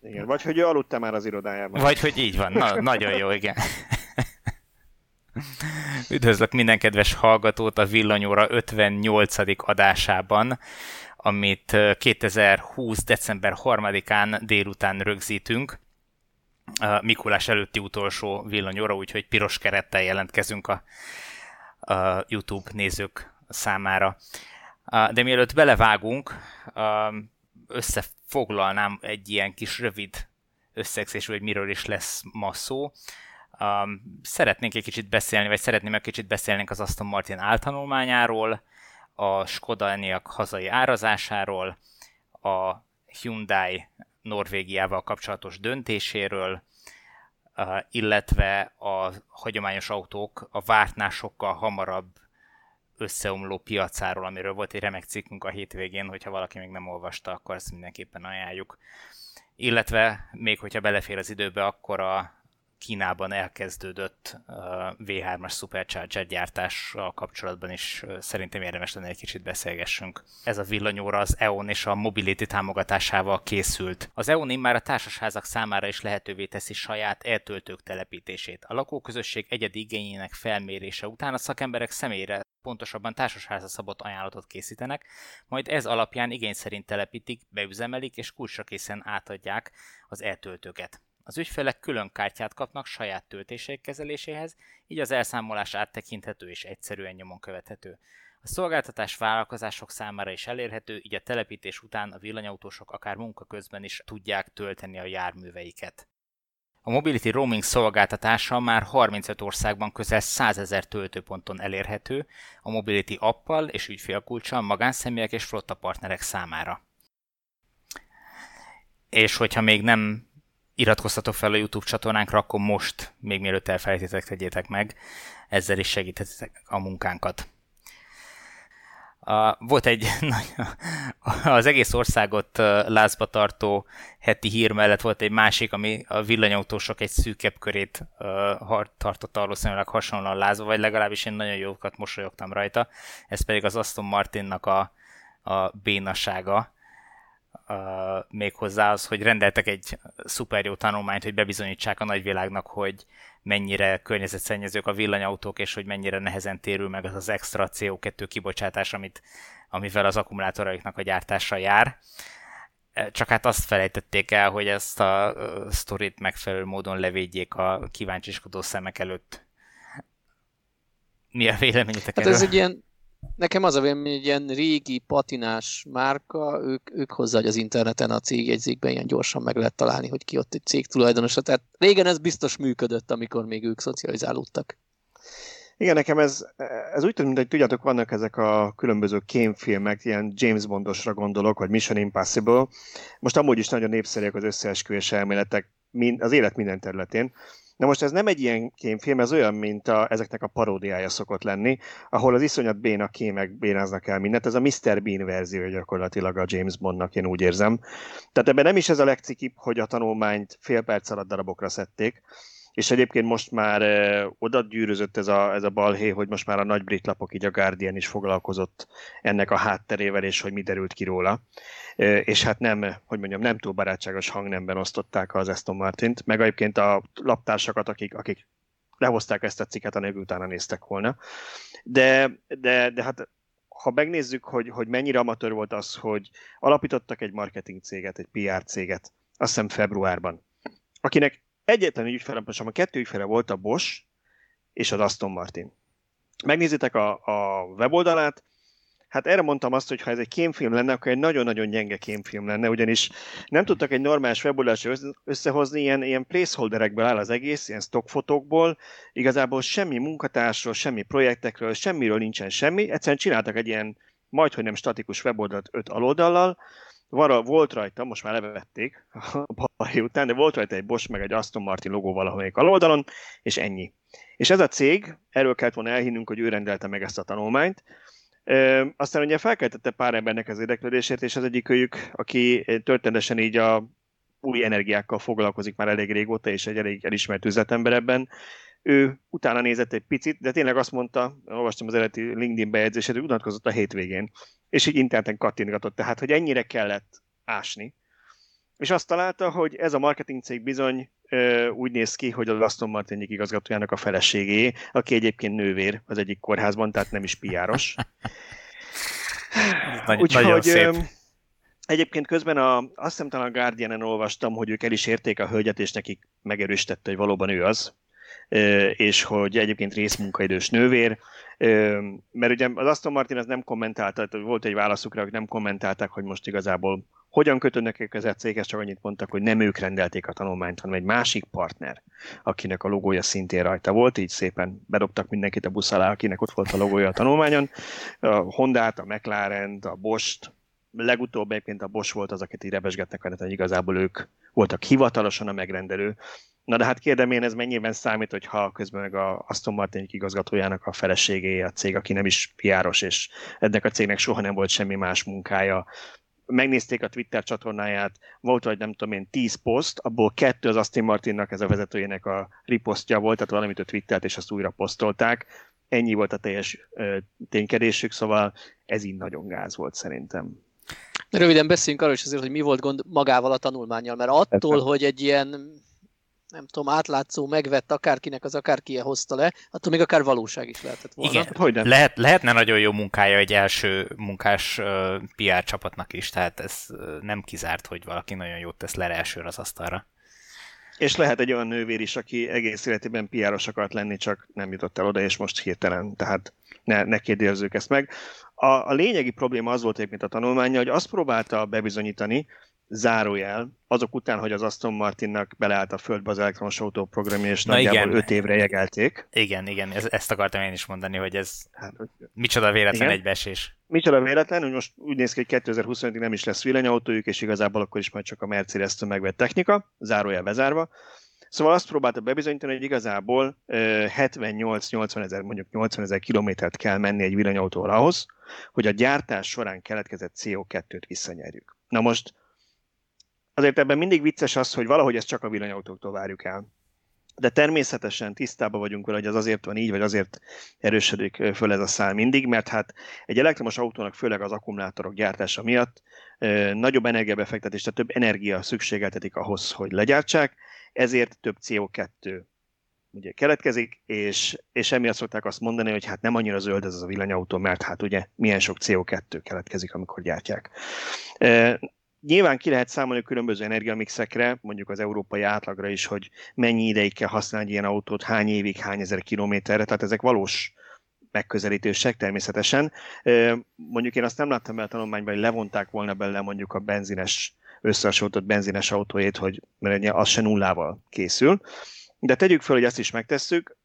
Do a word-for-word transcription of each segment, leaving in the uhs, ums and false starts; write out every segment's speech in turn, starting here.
Igen, vagy hogy ő aludta már az irodájában. Vagy hogy így van, Na, nagyon jó, igen. Üdvözlök minden kedves hallgatót a Villanyóra ötvennyolcadik adásában, amit kétezer-húsz. december harmadikán délután rögzítünk. A Mikulás előtti utolsó Villanyóra, úgyhogy piros kerettel jelentkezünk a, a YouTube nézők számára. De mielőtt belevágunk, összefoglalnám egy ilyen kis rövid összegzésű, hogy miről is lesz ma szó. Um, szeretnénk egy kicsit beszélni, vagy szeretném egy kicsit beszélni az Aston Martin áltanulmányáról, a Skoda Enyaq hazai árazásáról, a Hyundai Norvégiával kapcsolatos döntéséről, uh, illetve a hagyományos autók a vártnál sokkal hamarabb összeomló piacáról, amiről volt egy remek cikkünk a hétvégén, hogyha valaki még nem olvasta, akkor ezt mindenképpen ajánljuk. Illetve még hogyha belefér az időbe, akkor a Kínában elkezdődött vé hármas Supercharger gyártással kapcsolatban is szerintem érdemes lenne egy kicsit beszélgessünk. Ez a villanyóra az é o en és a Mobility támogatásával készült. Az é o en immár a társasházak számára is lehetővé teszi saját eltöltők telepítését. A lakóközösség egyedi igényének felmérése után a szakemberek személyre, pontosabban társasházra szabott ajánlatot készítenek, majd ez alapján igény szerint telepítik, beüzemelik és kulcsra készen átadják az eltöltőket. Az ügyfelek külön kártyát kapnak saját töltéseik kezeléséhez, így az elszámolás áttekinthető és egyszerűen nyomon követhető. A szolgáltatás vállalkozások számára is elérhető, így a telepítés után a villanyautósok akár munka közben is tudják tölteni a járműveiket. A Mobility Roaming szolgáltatása már harmincöt országban közel százezer töltőponton elérhető, a Mobility appal és ügyfélkulccsal magánszemélyek és flottapartnerek számára. És hogyha még nem iratkoztatok fel a YouTube csatornánkra, akkor most, még mielőtt elfelejtitek, tegyétek meg, ezzel is segíthetitek a munkánkat. Uh, volt egy, az egész országot uh, lázba tartó heti hír mellett volt egy másik, ami a villanyautósok egy szűkebb körét uh, tartotta valószínűleg hasonlóan lázba, vagy legalábbis én nagyon jókat mosolyogtam rajta. Ez pedig az Aston Martinnak a, a bénasága. Uh, méghozzá az, hogy rendeltek egy szuper jó tanulmányt, hogy bebizonyítsák a nagyvilágnak, hogy mennyire környezetszennyezők a villanyautók, és hogy mennyire nehezen térül meg az az extra cé o kettő kibocsátás, amit, amivel az akkumulátoraiknak a gyártása jár. Csak hát azt felejtették el, hogy ezt a sztorit megfelelő módon levédjék a kíváncsiskodó szemek előtt. Mi a véleményetek hát erről? Ez egy ilyen, nekem az a vélemény, egy ilyen régi patinás márka, ők, ők hozzá, hogy az interneten a cégjegyzékben ilyen gyorsan meg lehet találni, hogy ki ott egy cég tulajdonosa. Tehát régen ez biztos működött, amikor még ők szocializálódtak. Igen, nekem ez, ez úgy tűnik, hogy tudjátok, vannak ezek a különböző kémfilmek, ilyen James Bondosra gondolok, vagy Mission Impossible. Most amúgy is nagyon népszerűek az összeesküvés elméletek az élet minden területén. Na most ez nem egy ilyen kémfilm, ez olyan, mint a, ezeknek a paródiája szokott lenni, ahol az iszonyat béna kémek bénáznak el mindent. Ez a miszter Bean verzió gyakorlatilag a James Bondnak, én úgy érzem. Tehát ebben nem is ez a legcikibb, hogy a tanulmányt fél perc alatt darabokra szedték, és egyébként most már eh, oda gyűrözött ez a, ez a balhé, hogy most már a nagy brit lapok, így a Guardian is foglalkozott ennek a hátterével, és hogy mi derült ki róla. Eh, és hát nem, hogy mondjam, nem túl barátságos hangnemben osztották az Aston Martint, meg egyébként a laptársakat, akik, akik lehozták ezt a cikket, anélkül utána néztek volna. De, de, de hát ha megnézzük, hogy, hogy mennyire amatőr volt az, hogy alapítottak egy marketing céget, egy pé er céget, azt hiszem februárban, akinek egyetlen ügyfele, a kettő ügyfele volt a Bosch és az Aston Martin. Megnézitek a, a weboldalát, hát erre mondtam azt, hogy ha ez egy kémfilm lenne, akkor egy nagyon-nagyon gyenge kémfilm lenne, ugyanis nem tudtak egy normális weboldalt összehozni, ilyen, ilyen placeholderekből áll az egész, ilyen stockfotókból, igazából semmi munkatársról, semmi projektekről, semmiről nincsen semmi, egyszerűen csináltak egy ilyen majdhogy nem statikus weboldalt öt aloldallal, volt rajta, most már levették a balhé után, de volt rajta egy Bosch meg egy Aston Martin logó valamelyik aloldalon, és ennyi. És ez a cég, erről kellett volna elhinnünk, hogy ő rendelte meg ezt a tanulmányt. E, aztán ugye felkeltette pár embernek az érdeklődését, és az egyikőjük, aki történetesen így a új energiákkal foglalkozik már elég régóta, és egy elég elismert üzletember ebben, ő utána nézett egy picit, de tényleg azt mondta, olvastam az eredeti LinkedIn bejegyzését, hogy unatkozott a hétvégén, és így interneten kattintgatott, tehát, hogy ennyire kellett ásni. és azt találta, hogy ez a marketing cég bizony ö, úgy néz ki, hogy az Aston Martin egyik igazgatójának a feleségé, aki egyébként nővér az egyik kórházban, tehát nem is piáros. Nagy, Úgyhogy, nagyon szép. Ö, egyébként közben a, azt hiszem talán a Guardianen olvastam, hogy ők el is érték a hölgyet, és nekik megerősítette, hogy valóban ő az, és hogy egyébként részmunkaidős nővér, mert ugye az Aston Martin az nem kommentálta, volt egy válaszukra, hogy nem kommentálták, hogy most igazából hogyan kötődnek ők az céghez, csak annyit mondtak, hogy nem ők rendelték a tanulmányt, hanem egy másik partner, akinek a logója szintén rajta volt, így szépen bedobtak mindenkit a busz alá, akinek ott volt a logója a tanulmányon, a Hondát, a McLarent, a Bosch-t, legutóbb egyébként a Bosch volt az, akit így rebesgetnek, hogy igazából ők voltak hivatalosan a megrendelő. Na de hát kérdem én, ez mennyiben számít, hogyha közben meg a Aston Martin igazgatójának a feleségé a cég, aki nem is piáros, és ennek a cégnek soha nem volt semmi más munkája. Megnézték a Twitter csatornáját, volt, hogy nem tudom én, tíz poszt, abból kettő az Aston Martinnak, ez a vezetőjének a riposztja volt, tehát valamit ő twittelt, és azt újra posztolták. Ennyi volt a teljes ö, ténykedésük, szóval ez így nagyon gáz volt szerintem. Röviden beszéljünk arról is azért, hogy mi volt gond magával a tanulmánnyal, mert attól, hogy egy ilyen, nem tudom, átlátszó, megvett akárkinek az akárkie hozta le, attól még akár valóság is lehetett volna. Igen, hát, hogy nem? Lehet, lehetne nagyon jó munkája egy első munkás uh, pé er csapatnak is, tehát ez uh, nem kizárt, hogy valaki nagyon jót tesz le elsőre az asztalra. És lehet egy olyan nővér is, aki egész életében pé er-os akart lenni, csak nem jutott el oda, és most hirtelen, tehát ne, ne kérdezzük ezt meg. A, a lényegi probléma az volt egyébként a tanulmánya, hogy azt próbálta bebizonyítani, zárójel, azok után, hogy az Aston Martinnak beleállt a földbe az elektromos autó programja, és Na nagyjából igen. öt évre jegelték. Igen, igen, ez, ezt akartam én is mondani, hogy ez Hát, micsoda véletlen igen. egybeesés. Micsoda véletlen, hogy most úgy néz ki, hogy kétezer-huszonötig nem is lesz villanyautójuk, és igazából akkor is majd csak a Mercedes-től megvett technika, zárójel bezárva. Szóval azt próbálta bebizonyítani, hogy igazából hetvennyolc-nyolcvan ezer, mondjuk nyolcvan ezer kilométert kell menni egy villanyautóra ahhoz, hogy a gyártás során keletkezett cé o kettőt visszanyerjük. Na most azért ebben mindig vicces az, hogy valahogy ezt csak a villanyautóktól várjuk el. De természetesen tisztában vagyunk vele, hogy az azért van így, vagy azért erősödik föl ez a szál mindig, mert hát egy elektromos autónak főleg az akkumulátorok gyártása miatt nagyobb energiabefektetés, tehát több energia szükségeltetik ahhoz, hogy legyártsák, ezért több cé o kettő ugye keletkezik, és, és emiatt szokták azt mondani, hogy hát nem annyira zöld ez a villanyautó, mert hát ugye milyen sok cé o kettő keletkezik, amikor gyártják. E, nyilván ki lehet számolni különböző energiamixekre, mondjuk az európai átlagra is, hogy mennyi ideig kell használni egy ilyen autót, hány évig, hány ezer kilométerre, tehát ezek valós megközelítések természetesen. E, mondjuk én azt nem láttam be a tanulmányban, hogy levonták volna belőle mondjuk a benzines, összehasonlított benzines autójét, hogy mert az se nullával készül. De tegyük föl, hogy ezt is megtesszük,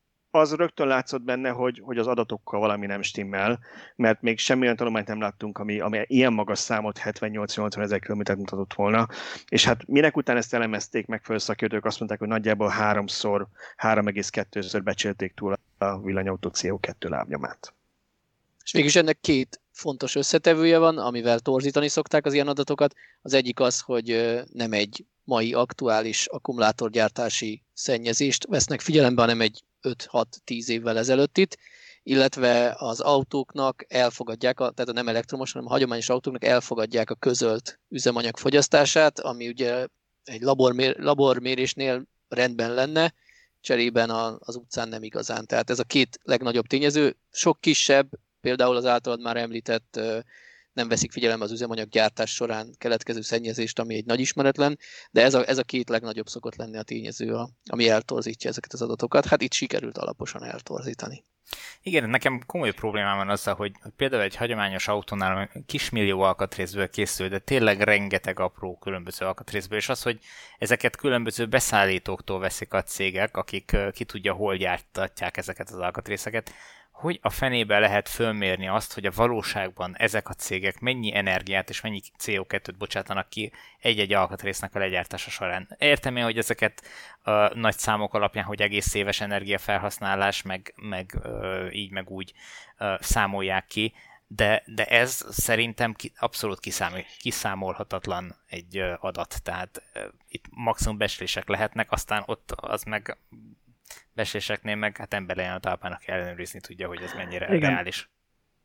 az rögtön látszott benne, hogy, hogy az adatokkal valami nem stimmel, mert még semmilyen tanulmányt nem láttunk, ami, ami ilyen magas számot hetvennyolc-nyolcvan ezer kilométert mutatott volna. És hát minek után ezt elemezték, megfelelő szakértők azt mondták, hogy nagyjából háromszor, három egész kettőször becsülték túl a villanyautó cé o kettő lábnyomát. És mégis ennek két fontos összetevője van, amivel torzítani szokták az ilyen adatokat. Az egyik az, hogy nem egy mai aktuális akkumulátorgyártási szennyezést vesznek figyelembe, hanem egy öt-hat-tíz évvel ezelőttit, illetve az autóknak elfogadják, a, tehát a nem elektromos, hanem a hagyományos autóknak elfogadják a közölt üzemanyag fogyasztását, ami ugye egy labormér, labormérésnél rendben lenne, cserében az utcán nem igazán. Tehát ez a két legnagyobb tényező, sok kisebb, például az általad már említett nem veszik figyelembe az üzemanyag gyártás során keletkező szennyezést, ami egy nagy ismeretlen, de ez a, ez a két legnagyobb szokott lenni a tényező, ami eltorzítja ezeket az adatokat. Hát itt sikerült alaposan eltorzítani. Igen, nekem komoly problémám van azzal, hogy például egy hagyományos autónál kismillió alkatrészből készül, de tényleg rengeteg apró különböző alkatrészből, és az, hogy ezeket különböző beszállítóktól veszik a cégek, akik ki tudja, hol gyártatják ezeket az alkatrészeket, hogy a fenébe lehet fölmérni azt, hogy a valóságban ezek a cégek mennyi energiát és mennyi cé o kettőt bocsátanak ki egy-egy alkatrésznek a legyártása során. Értem én, hogy ezeket a nagy számok alapján, hogy egész éves energiafelhasználás, meg, meg így, meg úgy számolják ki, de, de ez szerintem ki, abszolút kiszámol, kiszámolhatatlan egy adat. Tehát itt maximum becslések lehetnek, aztán ott az meg becsléseknél meg hát emberi a talpának ellenőrizni tudja, hogy ez mennyire Igen. reális.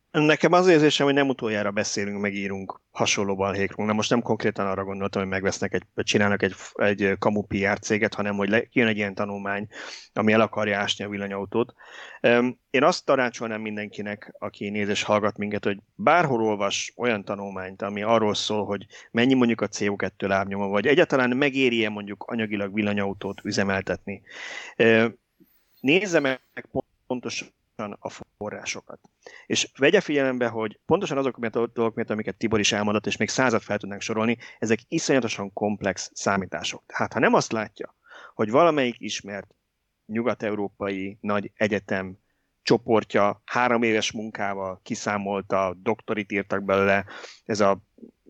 Nekem az érzésem, hogy nem utoljára beszélünk, megírunk hasonló balhékról. Na most nem konkrétan arra gondoltam, hogy megvesznek egy, vagy csinálnak egy, egy kamu pé er céget, hanem hogy le, jön egy ilyen tanulmány, ami el akarja ásni a villanyautót. Én azt tanácsolnám mindenkinek, aki néz és hallgat minket, hogy bárhol olvas olyan tanulmányt, ami arról szól, hogy mennyi mondjuk a cé o kettő lábnyoma, vagy egyáltalán megéri-e mondjuk anyagilag villanyautót üzemeltetni. Nézze meg pontosan a forrásokat. És vegye figyelembe, hogy pontosan azok a dolgok, amiket Tibor is elmondott, és még százat fel tudnánk sorolni, ezek iszonyatosan komplex számítások. Tehát ha nem azt látja, hogy valamelyik ismert nyugat-európai nagy egyetem csoportja három éves munkával kiszámolta, doktorit írtak belőle, ez a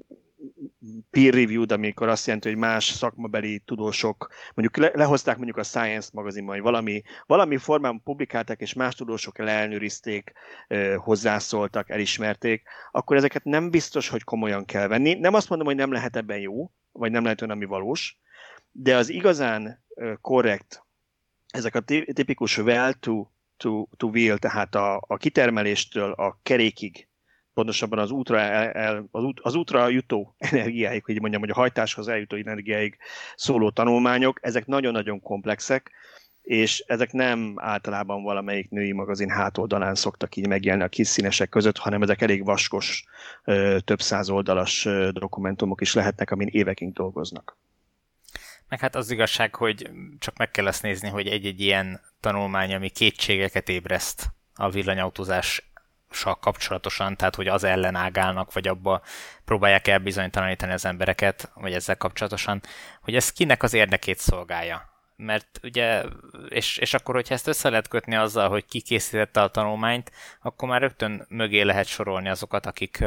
peer review-d, amikor azt jelenti, hogy más szakmabeli tudósok, mondjuk le, lehozták mondjuk a Science magazinban, vagy valami, valami formában publikálták, és más tudósok leellenőrizték, hozzászóltak, elismerték, akkor ezeket nem biztos, hogy komolyan kell venni. Nem azt mondom, hogy nem lehet ebben jó, vagy nem lehet olyan, ami valós, de az igazán korrekt, ezek a tipikus well to, to, to wheel, tehát a, a kitermeléstől a kerékig, pontosabban az útra, el, az, út, az útra jutó energiáig, hogy mondjam, hogy a hajtáshoz eljutó energiáig szóló tanulmányok, ezek nagyon-nagyon komplexek, és ezek nem általában valamelyik női magazin hátoldalán szoktak így megjelenni a kis színesek között, hanem ezek elég vaskos, több száz oldalas dokumentumok is lehetnek, amin évekig dolgoznak. Meg hát az igazság, hogy csak meg kell azt nézni, hogy egy-egy ilyen tanulmány, ami kétségeket ébreszt a villanyautózás kapcsolatosan, tehát hogy az ellen ágálnak, vagy abba próbálják elbizonytalanítani az embereket, vagy ezzel kapcsolatosan, hogy ez kinek az érdekét szolgálja. Mert ugye, és, és akkor, hogyha ezt össze lehet kötni azzal, hogy ki készítette a tanulmányt, akkor már rögtön mögé lehet sorolni azokat, akik,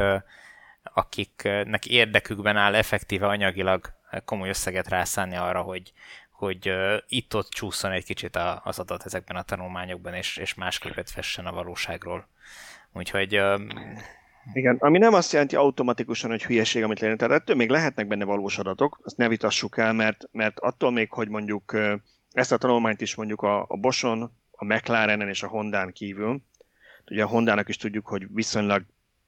akiknek érdekükben áll effektíve anyagilag komoly összeget rászánni arra, hogy, hogy itt-ott csúszson egy kicsit az adat ezekben a tanulmányokban, és, és más képet fessen a valóságról. Úgyhogy... Uh... Igen, ami nem azt jelenti automatikusan, hogy hülyeség, amit lenne. Tehát ettől még lehetnek benne valós adatok, azt ne vitassuk el, mert, mert attól még, hogy mondjuk ezt a tanulmányt is mondjuk a, a Bosch-on, a McLarenen és a Hondán kívül, ugye a Hondának is tudjuk, hogy viszonylag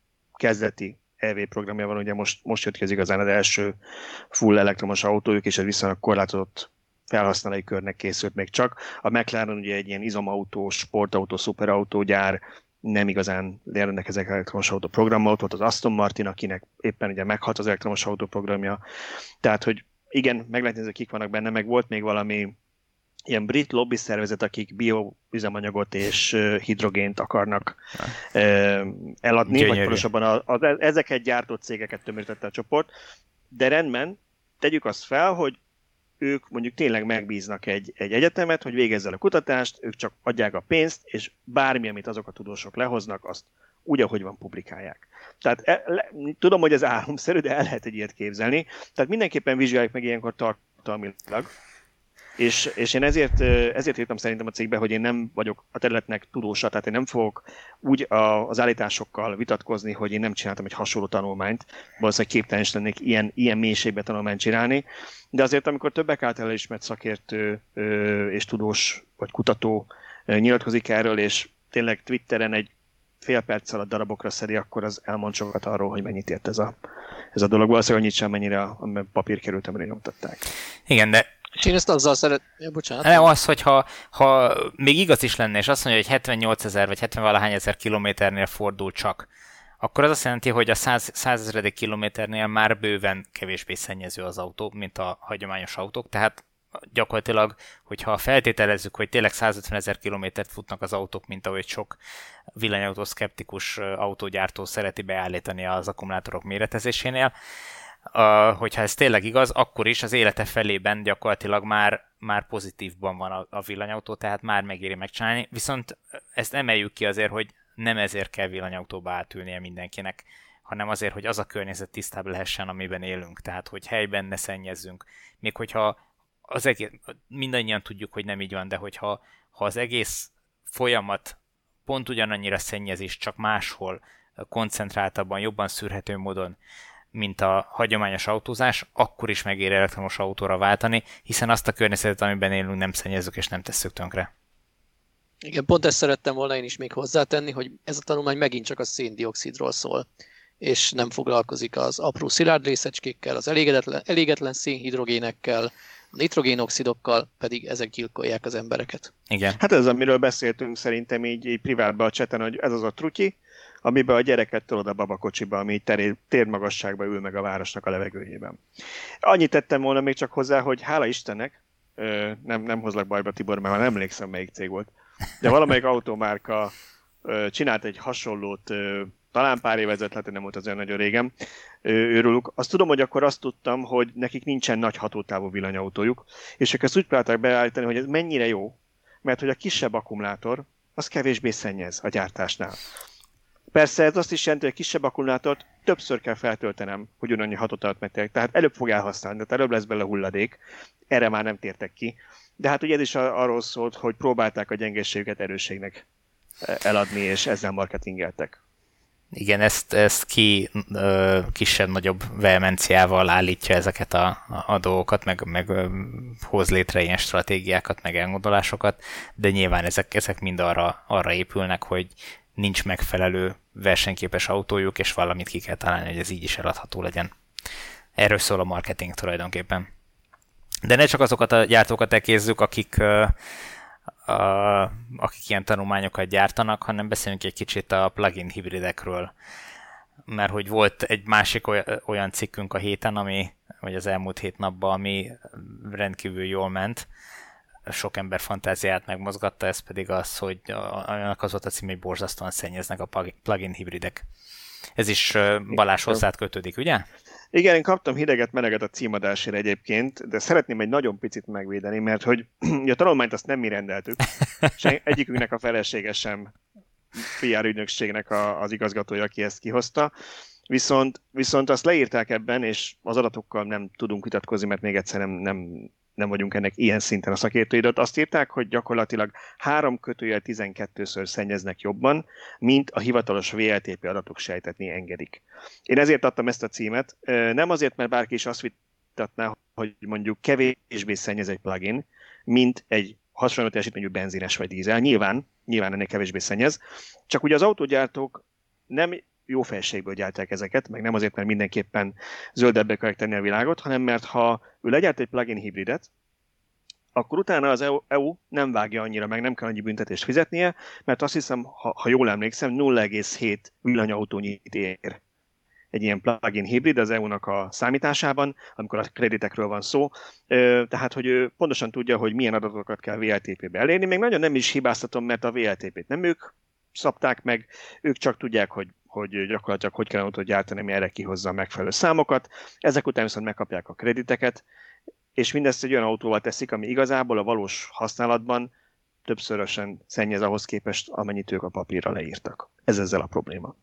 kezdeti é vé programja van, ugye most, most jött ki az igazán az első full elektromos autójuk, és ez viszonylag korlátozott felhasználói körnek készült még csak. A McLaren ugye egy ilyen izomautó, sportautó, szuperautógyár, nem igazán rendelkezik elektromos autó programmal, ott volt az Aston Martin, akinek éppen ugye meghalt az elektromos autó programja. Tehát, hogy igen, meg lehet nézni, kik vannak benne, meg volt még valami ilyen brit lobby szervezet, akik bioüzemanyagot és hidrogént akarnak uh, eladni, Gyönyörű. Vagy pontosabban az, az, ezeket gyártó cégeket tömörítette a csoport. De rendben, tegyük azt fel, hogy ők mondjuk tényleg megbíznak egy, egy egyetemet, hogy végezze el a kutatást, ők csak adják a pénzt, és bármi, amit azok a tudósok lehoznak, azt úgy, ahogy van, publikálják. Tehát e, le, tudom, hogy ez álomszerű, de el lehet egy ilyet képzelni. Tehát mindenképpen vizsgáljuk meg ilyenkor tartalmilag. És, és én ezért, ezért írtam szerintem a cikkbe, hogy én nem vagyok a területnek tudósa, tehát én nem fogok úgy a, az állításokkal vitatkozni, hogy én nem csináltam egy hasonló tanulmányt, valószínűleg képtelen is lennék ilyen, ilyen mélységben tanulmányt csinálni, de azért amikor többek által ismert szakértő és tudós vagy kutató nyilatkozik erről, és tényleg Twitteren egy fél perc alatt darabokra szedi, akkor az elmond sokat arról, hogy mennyit ért ez a, ez a dolog. Valószínűleg annyit sem, mennyire a papír került, amire nyomtatták. Igen, de és én ezt azzal szeret... Ja, bocsánat. Nem az, hogy ha, ha még igaz is lenne, és azt mondja, hogy hetvennyolc ezer vagy hetven-valahány ezer kilométernél fordul csak, akkor az azt jelenti, hogy a százezredik kilométernél már bőven kevésbé szennyező az autó, mint a hagyományos autók. Tehát gyakorlatilag, hogyha feltételezzük, hogy tényleg százötven ezer kilométert futnak az autók, mint ahogy sok villanyautó szkeptikus autógyártó szereti beállítani az akkumulátorok méretezésénél, Uh, hogyha ez tényleg igaz, akkor is az élete felében gyakorlatilag már, már pozitívban van a, a villanyautó, tehát már megéri megcsinálni, viszont ezt emeljük ki azért, hogy nem ezért kell villanyautóba átülnie mindenkinek, hanem azért, hogy az a környezet tisztább lehessen, amiben élünk, tehát hogy helyben ne szennyezzünk. Még hogyha az egész, mindannyian tudjuk, hogy nem így van, de hogyha ha az egész folyamat pont ugyanannyira szennyezés, csak máshol koncentráltabban, jobban szűrhető módon, mint a hagyományos autózás, akkor is megér elektromos autóra váltani, hiszen azt a környezetet, amiben élünk, nem szennyezzük és nem tesszük tönkre. Igen, pont ezt szerettem volna én is még hozzátenni, hogy ez a tanulmány megint csak a széndioxidról szól, és nem foglalkozik az apró szilárd részecskékkel, az elégedetlen, elégetlen szénhidrogénekkel, a nitrogénoxidokkal, pedig ezek gyilkolják az embereket. Igen. Hát ez, amiről beszéltünk szerintem így, így privátban a cseten, hogy ez az a trutyi, amiben a gyereket tolod a babakocsiba, ami így térmagasságban ül meg a városnak a levegőjében. Annyit tettem volna még csak hozzá, hogy hála Istennek, nem, nem hozlak bajba, Tibor, mert már nem emlékszem, melyik cég volt, de valamelyik automárka csinált egy hasonlót, talán pár éve ezelőtt, lehet, nem volt az olyan nagyon régen őrülük. Azt tudom, hogy akkor azt tudtam, hogy nekik nincsen nagy hatótávú villanyautójuk, és ők ezt úgy próbálták beállítani, hogy ez mennyire jó, mert hogy a kisebb akkumulátor, az kevésbé szennyez a gyártásnál. Persze ez azt is jelenti, hogy a kisebb akkumulátort többször kell feltöltenem, hogy ugyanannyi hatótávot megtérek. Tehát előbb fog elhasználni, tehát előbb lesz belőle hulladék. Erre már nem tértek ki. De hát ugye ez is arról szólt, hogy próbálták a gyengeségüket erősségnek eladni, és ezzel marketingeltek. Igen, ezt, ezt ki ö, kisebb-nagyobb vehemenciával állítja ezeket a, a, a dolgokat, meg, meg ö, hoz létre ilyen stratégiákat, meg elgondolásokat, de nyilván ezek, ezek mind arra, arra épülnek, hogy nincs megfelelő versenyképes autójuk, és valamit ki kell találni, hogy ez így is eladható legyen. Erről szól a marketing tulajdonképpen. De ne csak azokat a gyártókat ekézzük, akik, uh, uh, akik ilyen tanulmányokat gyártanak, hanem beszéljünk egy kicsit a plug-in hibridekről. Mert hogy volt egy másik olyan cikkünk a héten, ami, vagy az elmúlt hét napban, ami rendkívül jól ment, sok ember fantáziát megmozgatta, ez pedig az, hogy annak az volt a cím, hogy borzasztóan szennyeznek a plug-in hibridek. Ez is Balázs hozzád kötődik, ugye? Igen, én kaptam hideget, meleget a címadásért egyébként, de szeretném egy nagyon picit megvédeni, mert hogy a tanulmányt azt nem mi rendeltük, és egyikünknek a felesége sem pé er ügynökségnek a, az igazgatója, aki ezt kihozta. Viszont, viszont azt leírták ebben, és az adatokkal nem tudunk vitatkozni, mert még egyszer nem, nem, nem vagyunk ennek ilyen szinten a szakértőidőt. Azt írták, hogy gyakorlatilag három kötőjel tizenkettőször szennyeznek jobban, mint a hivatalos vé el té pé adatok sejtetni engedik. Én ezért adtam ezt a címet. Nem azért, mert bárki is azt vitatná, hogy mondjuk kevésbé szennyez egy plugin, mint egy hasonló teljesítményű benzines vagy dízel. Nyilván, nyilván ennél kevésbé szennyez. Csak ugye az autógyártók nem jó felségből gyártják ezeket, meg nem azért, mert mindenképpen zöldebbek akarják tenni a világot, hanem mert ha ő legyárt egy plug-in hibridet, akkor utána az é u nem vágja annyira, meg nem kell annyi büntetést fizetnie, mert azt hiszem, ha, ha jól emlékszem, nulla egész hét villanyautónyit ér egy ilyen plug-in hibrid az é u-nak a számításában, amikor a kreditekről van szó. Tehát, hogy ő pontosan tudja, hogy milyen adatokat kell vé el té pé-be elérni. Még nagyon nem is hibáztatom, mert a vé el té pét nem ők szabták meg, ők csak tudják, hogy, hogy gyakorlatilag hogy kell autót gyártani, ami erre kihozza a megfelelő számokat. Ezek után viszont megkapják a krediteket, és mindezt egy olyan autóval teszik, ami igazából a valós használatban többszörösen szennyez ahhoz képest, amennyit ők a papírra leírtak. Ez ezzel a probléma.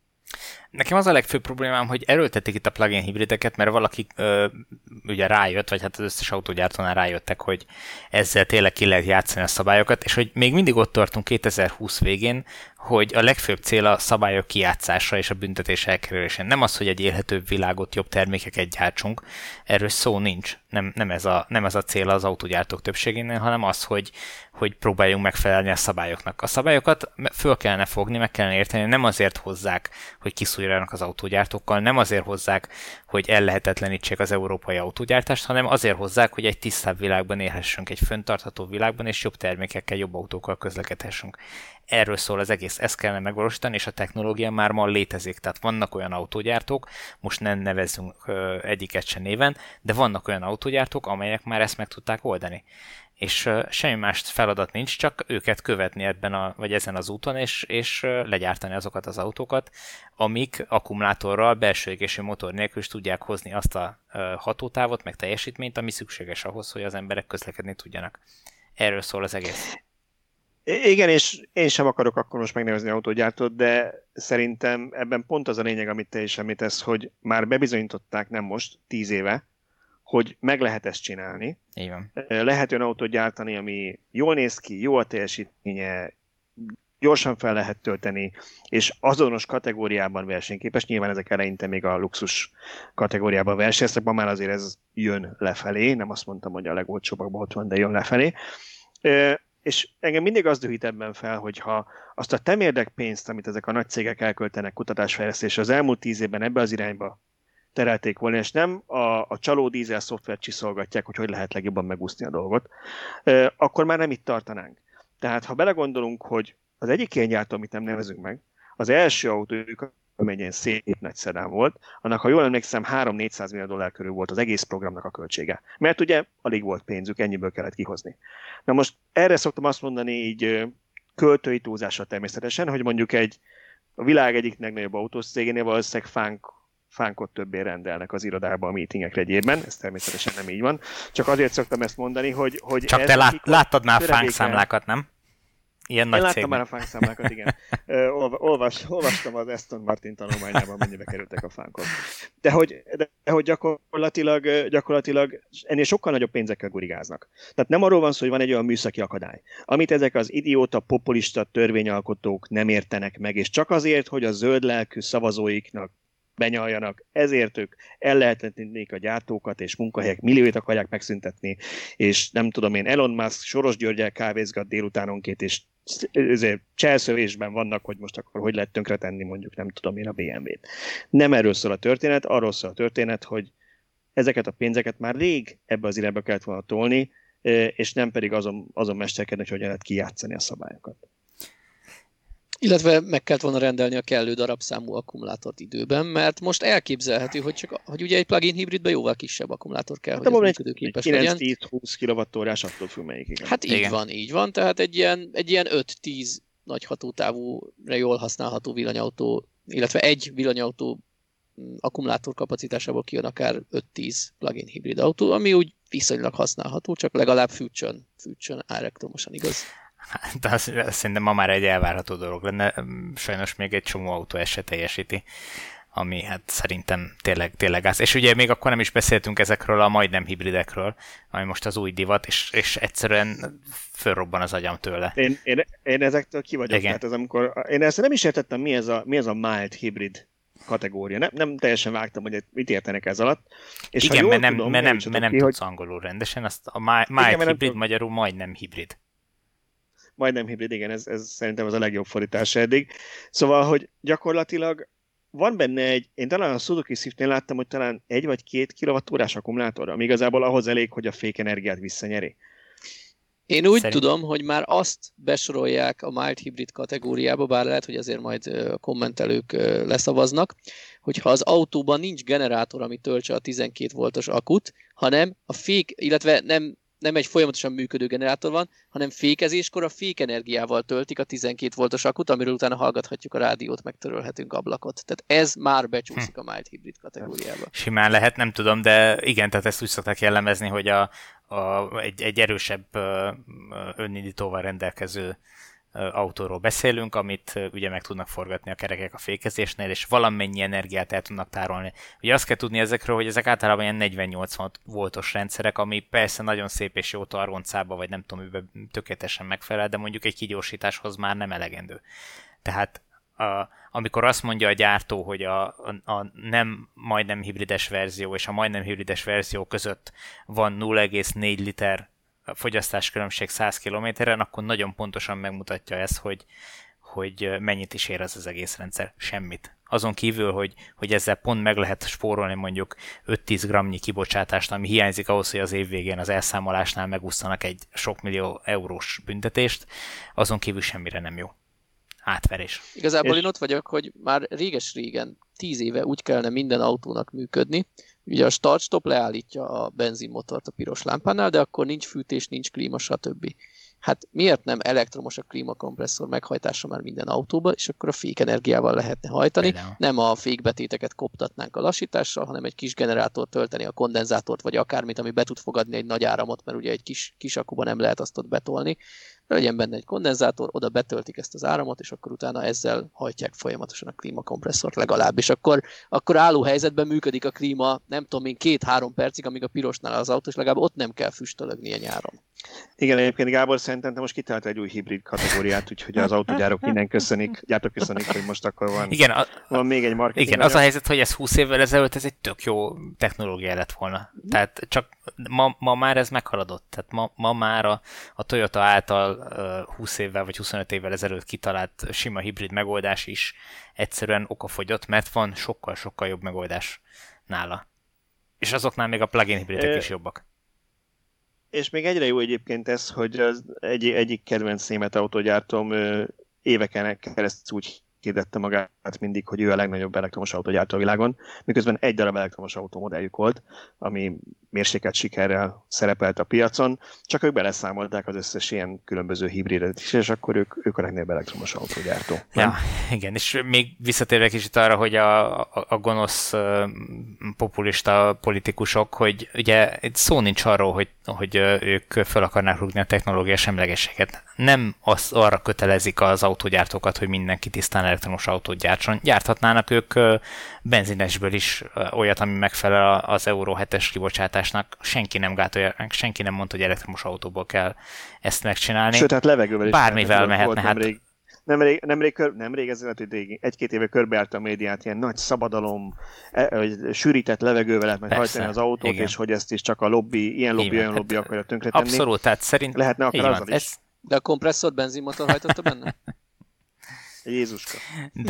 Nekem az a legfőbb problémám, hogy erőltetik itt a plug-in hibrideket, mert valaki ö, ugye rájött, vagy hát az összes autógyártónál rájöttek, hogy ezzel tényleg ki lehet játszani a szabályokat, és hogy még mindig ott tartunk kétezer-húsz végén, hogy a legfőbb cél a szabályok kijátszása és a büntetés elkerülése. Nem az, hogy egy élhetőbb világot, jobb termékeket gyártsunk, erről szó nincs. Nem, nem, ez a, nem ez a cél az autógyártók többségénél, hanem az, hogy, hogy próbáljunk megfelelni a szabályoknak. A szabályokat föl kellene fogni, meg kellene érteni, nem azért hozzák, hogy kiszúrjanak az autógyártókkal, nem azért hozzák, hogy ellehetetlenítsék az európai autógyártást, hanem azért hozzák, hogy egy tisztább világban élhessünk, egy fenntartható világban, és jobb termékekkel, jobb autókkal közlekedhessünk. Erről szól az egész, ezt kellene megvalósítani, és a technológia már ma létezik. Tehát vannak olyan autógyártók, most nem nevezzünk ö, egyiket se néven, de vannak olyan autógyártók, amelyek már ezt meg tudták oldani. És ö, semmi más feladat nincs, csak őket követni ebben a, vagy ezen az úton, és, és ö, legyártani azokat az autókat, amik akkumulátorral, belső égésű motor nélkül is tudják hozni azt a ö, hatótávot, meg teljesítményt, ami szükséges ahhoz, hogy az emberek közlekedni tudjanak. Erről szól az egész. Igen, és én sem akarok akkor most megnevezni autógyártót, de szerintem ebben pont az a lényeg, amit te is említesz, hogy már bebizonyították nem most, tíz éve, hogy meg lehet ezt csinálni. Igen. Lehet olyan autót gyártani, ami jól néz ki, jó a teljesítménye, gyorsan fel lehet tölteni, és azonos kategóriában versenyképes. Nyilván ezek eleinte még a luxus kategóriában versenyeztek, ma már azért ez jön lefelé, nem azt mondtam, hogy a legolcsóbbakban ott van, de jön lefelé. és engem mindig az dühít ebben fel, hogyha azt a temérdek pénzt, amit ezek a nagy cégek elköltenek kutatásfejlesztésre, az elmúlt tíz évben ebbe az irányba terelték volna, és nem a, a csaló dízel szoftvert csiszolgatják, hogy hogy lehet legjobban megúszni a dolgot, akkor már nem itt tartanánk. Tehát ha belegondolunk, hogy az egyik ilyen gyártó, amit nem nevezünk meg, az első autójuk, amely egy szép nagy szedán volt, annak, ha jól emlékszem, három-négyszáz millió dollár körül volt az egész programnak a költsége. Mert ugye alig volt pénzük, ennyiből kellett kihozni. Na most erre szoktam azt mondani így költői túlzásra természetesen, hogy mondjuk egy a világ egyik legnagyobb autós cégénél valószínűleg fánk, fánkot többé rendelnek az irodába a meetingek egyébben, ez természetesen nem így van. Csak azért szoktam ezt mondani, hogy... hogy Csak te lát, láttad már fánkszámlákat, nem? Ilyen nagy Én cég. láttam már a fánkszámlákat, igen. Olvas, olvastam az Aston Martin tanulmányában, mennyibe kerültek a fánkok. De hogy, de hogy gyakorlatilag, gyakorlatilag ennél sokkal nagyobb pénzekkel gurigáznak. Tehát nem arról van szó, hogy van egy olyan műszaki akadály, amit ezek az idióta, populista törvényalkotók nem értenek meg, és csak azért, hogy a zöld lelkű szavazóiknak benyaljanak, ezért ők ellehetetlenítik a gyártókat, és munkahelyek millióit akarják megszüntetni, és nem tudom én, Elon Musk Soros Györgyel kávézgat délutánonként, és cselszövésben vannak, hogy most akkor hogy lehet tönkretenni mondjuk, nem tudom én, a bé em vét. Nem erről szól a történet, arról szól a történet, hogy ezeket a pénzeket már rég ebbe az irányba kellett volna tolni, és nem pedig azon, azon mesterkedni, hogy hogyan lehet kijátszani a szabályokat. Illetve meg kellett volna rendelni a kellő darabszámú akkumulátort időben, mert most elképzelhető, hogy, csak, hogy ugye egy plug-in hibridben jóval kisebb akkumulátor kell, hát hogy ez működőképes legyen. kilenc-tíz-húsz kilowattórás attól függ melyik, igen. Hát így igen. van, így van, tehát egy ilyen, egy ilyen öt-tíz nagy hatótávú, jól használható villanyautó, illetve egy villanyautó akkumulátor kapacitásából kijön akár öt-tíz plug-in hibrid autó, ami úgy viszonylag használható, csak legalább fűtsön, fűtsön elektromosan, igaz? De azt, azt szerintem ma már egy elvárható dolog lenne. Sajnos még egy csomó autó ezt se teljesíti, ami hát szerintem tényleg, tényleg az. És ugye még akkor nem is beszéltünk ezekről a majdnem hibridekről, ami most az új divat, és, és egyszerűen fölrobban az agyam tőle. Én, én, én ezektől ki vagyok. Tehát ez amikor, én ezt nem is értettem, mi ez a, mi ez a mild hibrid kategória. Nem, nem teljesen vágtam, hogy mit értenek ez alatt. És igen, mert nem, tudom, mert nem, mert nem ki, tudsz hogy... angolul rendesen. Azt a mild igen, hibrid tudom. Magyarul majdnem hibrid. Majdnem hibrid, igen, ez, ez szerintem az a legjobb fordítás eddig. Szóval, hogy gyakorlatilag van benne egy, én talán a Suzuki Swiftnél láttam, hogy talán egy vagy két kilowattórás akkumulátor, ami igazából ahhoz elég, hogy a fékenergiát visszanyeri. Én úgy Szerint... tudom, hogy már azt besorolják a mild hibrid kategóriába, bár lehet, hogy azért majd a kommentelők leszavaznak, hogyha az autóban nincs generátor, ami töltse a tizenkét voltos akut, hanem a fék, illetve nem nem egy folyamatosan működő generátor van, hanem fékezéskor a fékenergiával töltik a tizenkét voltos akut, amiről utána hallgathatjuk a rádiót, megtörölhetünk ablakot. Tehát ez már becsúszik a mild hibrid kategóriába. Simán lehet, nem tudom, de igen, tehát ezt úgy szokták jellemezni, hogy a, a, egy, egy erősebb önindítóval rendelkező autóról beszélünk, amit ugye meg tudnak forgatni a kerekek a fékezésnél, és valamennyi energiát el tudnak tárolni. Ugye azt kell tudni ezekről, hogy ezek általában ilyen negyven-nyolcvan voltos rendszerek, ami persze nagyon szép és jó targoncába, vagy nem tudom, miben tökéletesen megfelel, de mondjuk egy kigyorsításhoz már nem elegendő. Tehát a, amikor azt mondja a gyártó, hogy a, a, a nem majdnem hibrides verzió és a majdnem hibrides verzió között van nulla egész négy liter fogyasztáskülönbség száz kilométeren, akkor nagyon pontosan megmutatja ezt, hogy, hogy mennyit is ér az az egész rendszer. Semmit. Azon kívül, hogy, hogy ezzel pont meg lehet spórolni mondjuk öt-tíz grammnyi kibocsátást, ami hiányzik ahhoz, hogy az év végén az elszámolásnál megúsztanak egy sok millió eurós büntetést, azon kívül semmire nem jó. Átverés. Igazából És... én ott vagyok, hogy már réges-régen, tíz éve úgy kellene minden autónak működni. Ugye a start-stop leállítja a benzinmotort a piros lámpánál, de akkor nincs fűtés, nincs klíma, stb. Hát miért nem elektromos a klímakompresszor meghajtása már minden autóba, és akkor a fékenergiával lehetne hajtani. Például. Nem a fékbetéteket koptatnánk a lassítással, hanem egy kis generátort tölteni, a kondenzátort, vagy akármit, ami be tud fogadni egy nagy áramot, mert ugye egy kis, kis akuba nem lehet azt ott betolni. Legyen benne egy kondenzátor, oda betöltik ezt az áramot, és akkor utána ezzel hajtják folyamatosan a klímakompresszort legalább. És akkor, akkor álló helyzetben működik a klíma, nem tudom én, két-három percig, amíg a pirosnál az autó, és legalább ott nem kell füstölögnie nyáron. Igen, egyébként Gábor szerintem te most kitalált egy új hibrid kategóriát, úgyhogy az autógyárok innen köszönik, gyártók köszönik, hogy most akkor van, igen, a, van még egy marketing. Igen, az a helyzet, hogy ez húsz évvel ezelőtt ez egy tök jó technológia lett volna. Tehát csak ma, ma már ez meghaladott. Tehát ma, ma már a, a Toyota által uh, húsz évvel vagy huszonöt évvel ezelőtt kitalált sima hibrid megoldás is egyszerűen okafogyott, mert van sokkal-sokkal jobb megoldás nála. És azoknál még a plug-in hibridek is jobbak. És még egyre jó egyébként ez, hogy az egy, egyik kedvenc német autógyártóm éveken keresztül úgy hirdette magát mindig, hogy ő a legnagyobb elektromos autógyártó a világon, miközben egy darab elektromos autómodelljük volt, ami mérsékelt sikerrel szerepelt a piacon, csak ők beleszámolták az összes ilyen különböző hibridet is, és akkor ők, ők a legnagyobb elektromos autógyártó. Ja, igen, és még visszatérve kicsit arra, hogy a, a, a gonosz populista politikusok, hogy ugye szó nincs arról, hogy, hogy ők fel akarnák rúgni a technológia semlegességet. Nem az, arra kötelezik az autógyártókat, hogy mindenki tisztán elektromos autót gyártson. Gyárthatnának ők benzinesből is olyat, ami megfelel az Euró hetes kibocsátásnak. Senki nem gátolja, senki nem mondta, hogy elektromos autóból kell ezt megcsinálni. Sőt, hát levegővel is. Bármivel mehetne. Hát... Nemrég, nemrég, nemrég, kör, nemrég ez lehet, hogy egy-két éve körbeállt a médiát, ilyen nagy szabadalom, e, sűrített levegővel lehet meg hajtani az autót, igen. És hogy ezt is csak a lobby, ilyen lobby, olyan lobby akarja tönkretenni. Abszolút, tehát szerint lehetne akár azzal is. Ez... De a kompresszort benzinmotor hajtotta benne? Jézuska.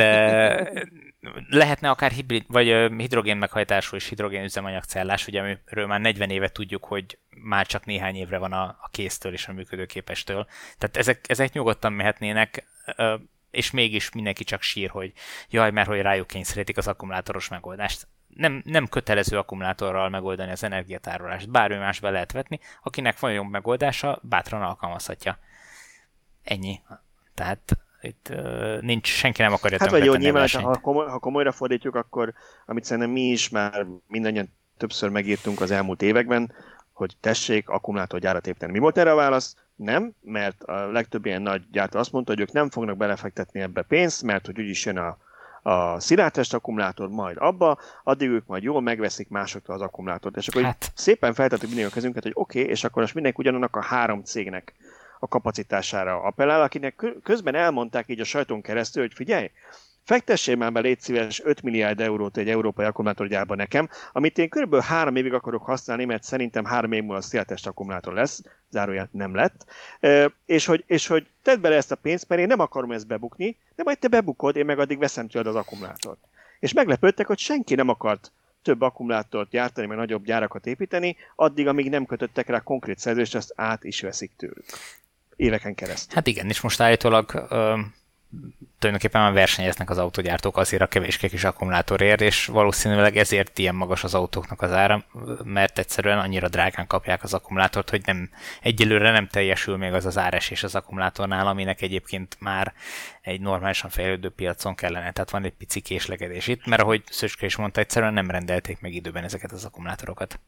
De lehetne akár hibrid, vagy hidrogén meghajtású és hidrogén üzemanyagcellás, ugye amiről már negyven éve tudjuk, hogy már csak néhány évre van a, a késztől és a működőképestől. Tehát ezek, ezek nyugodtan mehetnének, és mégis mindenki csak sír, hogy jaj, mert hogy rájuk kényszerítik az akkumulátoros megoldást. Nem, nem kötelező akkumulátorral megoldani az energiatárolást, bármi más be lehet vetni, akinek van jobb megoldása, bátran alkalmazhatja. Ennyi. Tehát itt uh, nincs, senki nem akarja hát tönkretenni a versenyt. Ha, komoly, ha komolyra fordítjuk, akkor amit szerintem mi is már mindannyian többször megírtunk az elmúlt években, hogy tessék akkumulátorgyárat építeni. Mi volt erre a válasz? Nem, mert a legtöbb ilyen nagy gyártó azt mondta, hogy ők nem fognak belefektetni ebbe pénzt, mert hogy úgyis jön a, a szilárdtest akkumulátor majd abba, addig ők majd jól megveszik másoktól az akkumulátort. És akkor hát. szépen feltettük mindig a kezünket, hogy oké, okay, és akkor most mindenki ugyanannak a három cégnek a kapacitására appellál, akinek közben elmondták így a sajton keresztül, hogy figyelj, fektessél már be, légy szíves, öt milliárd eurót egy európai akkumulátorgyárba nekem, amit én körülbelül három évig akarok használni, mert szerintem három év múlva széltest akkumulátor lesz, zárójel nem lett, e, és, hogy, és hogy tedd bele ezt a pénzt, mert én nem akarom ezt bebukni, de majd te bebukod, én meg addig veszem tőled az akkumulátort. És meglepődtek, hogy senki nem akart több akkumulátort gyártani, meg nagyobb gyárakat építeni, addig, amíg nem kötöttek rá konkrét szerződést, azt át is veszik tőlük. Éveken keresztül. Hát igen, és most állítólag ö, tulajdonképpen már versenyeznek az autógyártók azért a kevéske kis akkumulátorért, és valószínűleg ezért ilyen magas az autóknak az ára, mert egyszerűen annyira drágán kapják az akkumulátort, hogy nem, egyelőre nem teljesül még az az áresés az akkumulátornál, aminek egyébként már egy normálisan fejlődő piacon kellene. Tehát van egy pici késlekedés itt, mert ahogy Szöcske is mondta, egyszerűen nem rendelték meg időben ezeket az akkumulátorokat.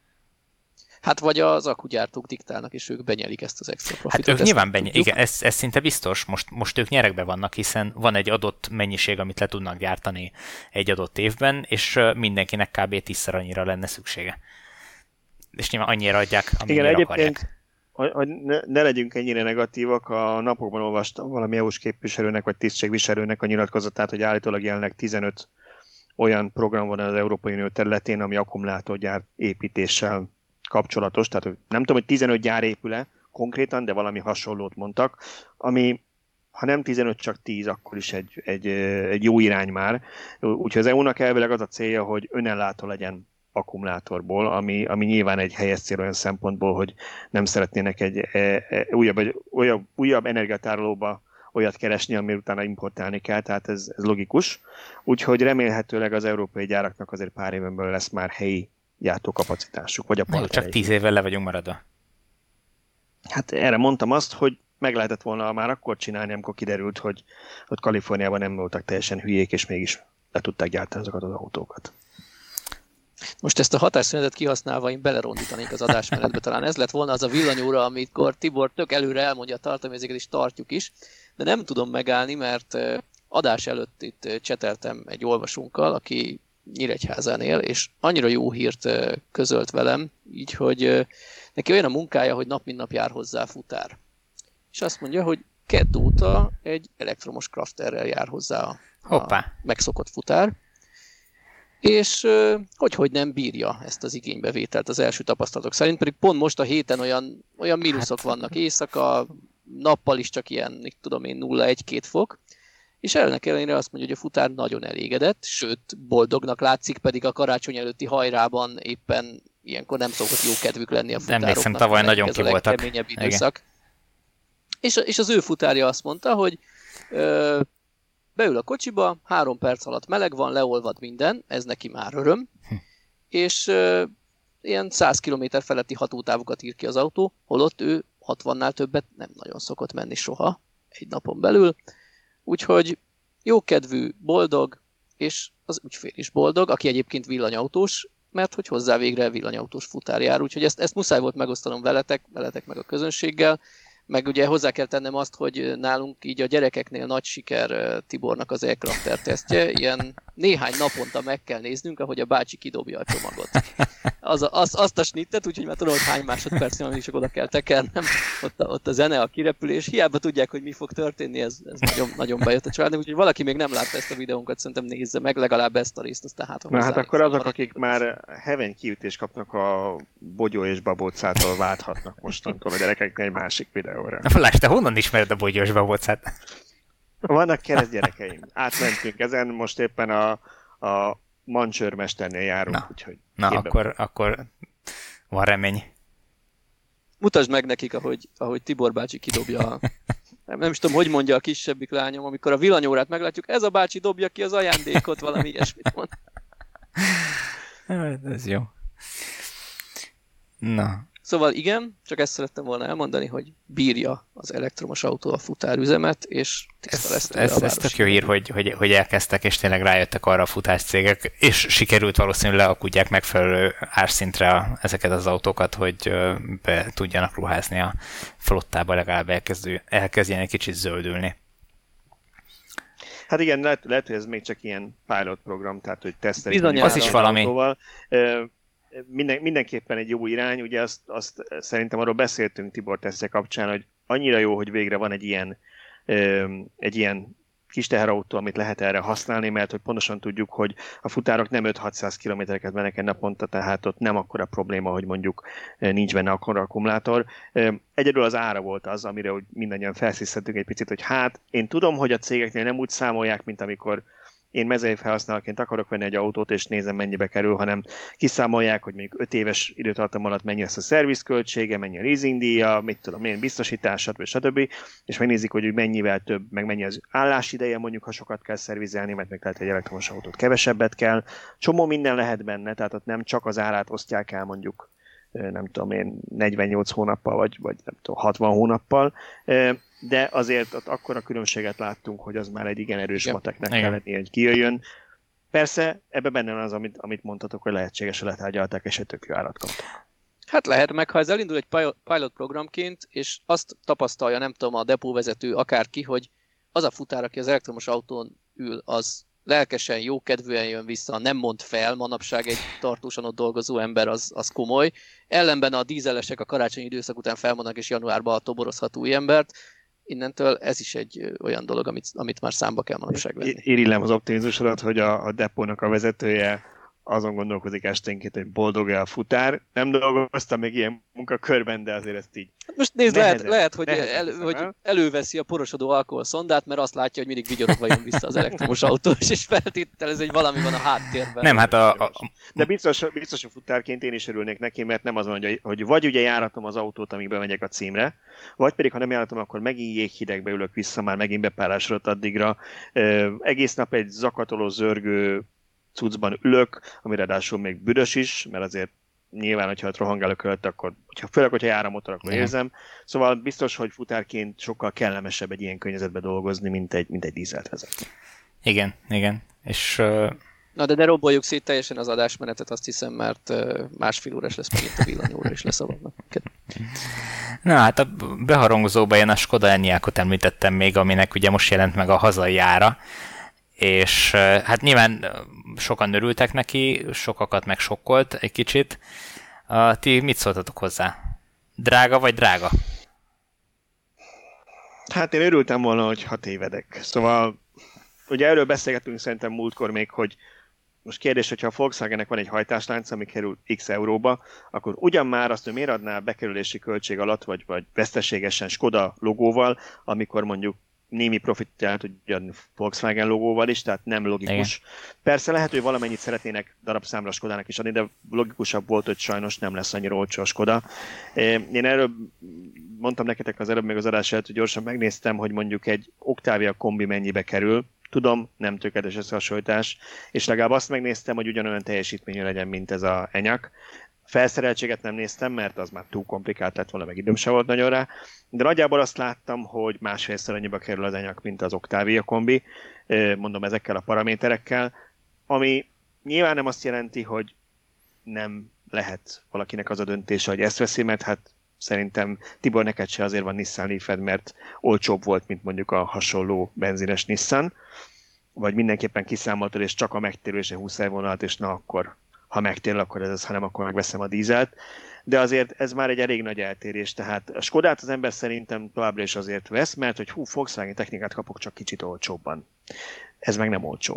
Hát vagy az akkugyártók diktálnak, és ők benyelik ezt az extra profitot. Hát ők nyilván benyelik, igen, ez, ez szinte biztos, most, most ők nyerekbe vannak, hiszen van egy adott mennyiség, amit le tudnak gyártani egy adott évben, és mindenkinek kb. tízszer annyira lenne szüksége. És nyilván annyira adják, amennyire igen, akarják. Hogy, hogy ne, ne legyünk ennyire negatívak, a napokban olvastam valami é u-s képviselőnek, vagy tisztségviselőnek a nyilatkozatát, hogy állítólag jelenleg tizenöt olyan program van az Európai Unió területén, ami akkumulátorgyár építéssel kapcsolatos, tehát nem tudom, hogy tizenöt gyár épül-e konkrétan, de valami hasonlót mondtak, ami ha nem tizenöt, csak tíz, akkor is egy, egy, egy jó irány már. Úgyhogy az é u-nak elvileg az a célja, hogy önellátó legyen akkumulátorból, ami, ami nyilván egy helyes cél olyan szempontból, hogy nem szeretnének egy e, e, újabb, egy újabb, újabb energiatárolóba olyat keresni, ami utána importálni kell, tehát ez, ez logikus. Úgyhogy remélhetőleg az európai gyáraknak azért pár éven belül lesz már helyi gyártókapacitásuk, vagy a partnereik. Csak tíz évvel le vagyunk maradva. Hát erre mondtam azt, hogy meg lehetett volna már akkor csinálni, amikor kiderült, hogy, hogy Kaliforniában nem voltak teljesen hülyék, és mégis le tudták gyártani azokat az autókat. Most ezt a hatásszünetet kihasználva én belerondítanék az adásmenetbe. Talán ez lett volna az a villanyóra, amikor Tibor tök előre elmondja a tartalomjegyzéket, és tartjuk is, de nem tudom megállni, mert adás előtt itt cseteltem egy olvasónkkal, aki Nyíregyházán él, és annyira jó hírt közölt velem, így, hogy neki olyan a munkája, hogy nap mint nap jár hozzá futár. És azt mondja, hogy kedd óta egy elektromos crafterrel jár hozzá a, a megszokott futár, és hogy, hogy nem bírja ezt az igénybevételt az első tapasztalatok szerint, pedig pont most a héten olyan, olyan mínuszok hát. vannak éjszaka, nappal is csak ilyen, mit tudom én, nulla egy-két fok, és ennek ellenére azt mondja, hogy a futár nagyon elégedett, sőt, boldognak látszik, pedig a karácsony előtti hajrában éppen ilyenkor nem szokott jó kedvük lenni a futároknak. Emlékszem, tavaly nagyon ki voltak. Legkeményebb időszak. És, és az ő futárja azt mondta, hogy ö, beül a kocsiba, három perc alatt meleg van, leolvad minden, ez neki már öröm, hm. és ö, ilyen száz kilométer feletti hatótávokat ír ki az autó, holott ő hatvannál többet nem nagyon szokott menni soha egy napon belül. Úgyhogy jókedvű, boldog, és az ügyfél is boldog, aki egyébként villanyautós, mert hogy hozzá végre villanyautós futár jár. Úgyhogy ezt, ezt muszáj volt megosztanom veletek, veletek meg a közönséggel. Meg ugye hozzá kell tennem azt, hogy nálunk így a gyerekeknél nagy siker Tibornak az Aircrafter tesztje. Ilyen néhány naponta meg kell néznünk, ahogy a bácsi kidobja a csomagot. Az, az, azt a snittet, úgyhogy már tudom, hogy hány másodpercnél mindig csak oda kell tekernem. Ott a, ott a zene, a kirepülés. Hiába tudják, hogy mi fog történni, ez, ez nagyon, nagyon bejött a családnak. Úgyhogy valaki még nem látta ezt a videónkat, szerintem nézze meg legalább ezt a részt, aztán hát Na hát akkor azok, akik már heven kiütést kapnak a Bogyó és Babócától válthatnak mostantól a gyerekeknek egy másik videóra. Lásd, te honnan ismered a Bogyó és Babócát? Vannak keresztgyerekeim. Átmentünk ezen, most éppen a, a mancsőrmesternél járunk, na, úgyhogy... Na, akkor, akkor van remény. Mutasd meg nekik, ahogy, ahogy Tibor bácsi kidobja a... Nem, nem is tudom, hogy mondja a kisebbik lányom, amikor a villanyórát meglátjuk, ez a bácsi dobja ki az ajándékot, valami ilyesmit mond. Ez jó. Na. Szóval igen, csak ezt szerettem volna elmondani, hogy bírja az elektromos autó a futárüzemet, és tiszta lesz tőle ez, a ez tök jó hír, hogy, hogy, hogy elkezdtek, és tényleg rájöttek arra a futáscégek, és sikerült valószínűleg leakudják megfelelő árszintre a, ezeket az autókat, hogy be tudjanak ruházni a flottába, legalább elkezdő, elkezdjen egy kicsit zöldülni. Hát igen, lehet, lehet, hogy ez még csak ilyen pilot program, tehát hogy tesztelik. Bizonyára. Az is valami. Autóval. Minden, mindenképpen egy jó irány, ugye azt, azt szerintem arról beszéltünk Tibor tesztje kapcsán, hogy annyira jó, hogy végre van egy ilyen, egy ilyen kis teherautó, amit lehet erre használni, mert hogy pontosan tudjuk, hogy a futárok nem öt-hatszáz kilométereket mennek egy naponta, tehát ott nem akkora probléma, hogy mondjuk nincs benne akkora akkumulátor. Egyedül az ára volt az, amire hogy mindannyian felszíztettünk egy picit, hogy hát én tudom, hogy a cégeknél nem úgy számolják, mint amikor én mezei felhasználóként akarok venni egy autót, és nézem, mennyibe kerül, hanem kiszámolják, hogy mondjuk öt éves időtartam alatt mennyi lesz a szervizköltsége, mennyi a leasingdíja, mit tudom én, biztosítás, stb. stb. És megnézik, hogy mennyivel több, meg mennyi az állásideje, mondjuk, ha sokat kell szervizelni, mert meg lehet egy elektromos autót kevesebbet kell. Csomó minden lehet benne, tehát ott nem csak az árát osztják el, mondjuk, nem tudom én, negyvennyolc hónappal, vagy, vagy nem tudom, hatvan hónappal, de azért ott akkora különbséget láttunk, hogy az már egy igen erős mateknek kell lenni, hogy kijöjjön. Persze, ebben benne van az, amit, amit mondtatok, hogy lehetséges, hogy letárgyalták, és egy tök jó árat kaptak. Hát lehet, meg ha ez elindul egy pilot programként, és azt tapasztalja, nem tudom, a depóvezető, akárki, hogy az a futár, aki az elektromos autón ül, az lelkesen, jókedvűen jön vissza, nem mond fel, manapság egy tartósan ott dolgozó ember, az, az komoly. Ellenben a dízelesek a karácsonyi időszak után felmondnak, és januárban toborozhat új embert. Innentől ez is egy olyan dolog, amit, amit már számba kell manapság venni. Irigylem az optimizmusodat, hogy a, a depónak a vezetője azon gondolkozik esténként, hogy boldog-e a futár. Nem dolgoztam még ilyen munkakörben, de azért ezt így... Most nézd, lehet, lehet hogy, el, hogy előveszi a porosodó alkoholszondát, mert azt látja, hogy mindig vigyorogva jön vissza az elektromos autós, és feltételez, hogy valami van a háttérben. Nem, hát a... a... De biztos, biztos a futárként én is örülnék neki, mert nem az van, hogy, hogy vagy ugye járatom az autót, amíg bemegyek a címre, vagy pedig, ha nem járatom, akkor megint jéghidegbe ülök vissza, már megint bepárásodott addigra. Ö, egész nap egy zakatoló, zörgő cuccban ülök, ami ráadásul még büdös is, mert azért nyilván, hogyha rohangálok előtt, akkor hogyha, főleg, hogyha jár a motor, akkor érzem. Szóval biztos, hogy futárként sokkal kellemesebb egy ilyen környezetben dolgozni, mint egy, mint egy dízelt vezetni. Igen, igen. És... Uh... Na de ne romboljuk szét teljesen az adásmenetet, azt hiszem, mert másfél órás lesz megint a villanyóra, és leszavadnak. Na hát a beharangozóban én a Skoda Enyaqot említettem még, aminek ugye most jelent meg a hazai ára, és hát nyilván sokan örültek neki, sokakat meg sokkolt egy kicsit. Ti mit szóltatok hozzá? Drága vagy drága? Hát én örültem volna, hogy ha tévedek. Szóval, ugye erről beszélgettünk szerintem múltkor még, hogy most kérdés, hogyha a Volkswagennek van egy hajtáslánc, ami kerül x euróba, akkor ugyan már azt, hogy miért adná bekerülési költség alatt, vagy, vagy veszteségesen Skoda logóval, amikor mondjuk némi profitját ugyan Volkswagen logóval is, tehát nem logikus. Igen. Persze lehet, hogy valamennyit szeretnének darabszámra Skodának is adni, de logikusabb volt, hogy sajnos nem lesz annyira olcsó a Skoda. Én erről mondtam neketek az előbb még az adás előtt, hogy gyorsan megnéztem, hogy mondjuk egy Octavia kombi mennyibe kerül. Tudom, nem tökéletes összehasonlítás, és legalább azt megnéztem, hogy ugyanolyan teljesítményű legyen, mint ez a Enyaq. Felszereltséget nem néztem, mert az már túl komplikált lett volna, meg időm se volt nagyon rá, de nagyjából azt láttam, hogy másfélszer annyiba kerül az Enyaq, mint az Octavia kombi, mondom ezekkel a paraméterekkel, ami nyilván nem azt jelenti, hogy nem lehet valakinek az a döntése, hogy ezt veszi, mert hát szerintem Tibor, neked se azért van Nissan Leaf-ed, mert olcsóbb volt, mint mondjuk a hasonló benzines Nissan, vagy mindenképpen kiszámoltad, és csak a megtérülése húsz vonalat, és na akkor, ha megtérül, akkor ez az, hanem akkor megveszem a dízelt. De azért ez már egy elég nagy eltérés, tehát a Skodát az ember szerintem továbbra is azért vesz, mert hogy hú, Volkswagen technikát kapok csak kicsit olcsóbban. Ez meg nem olcsóbb.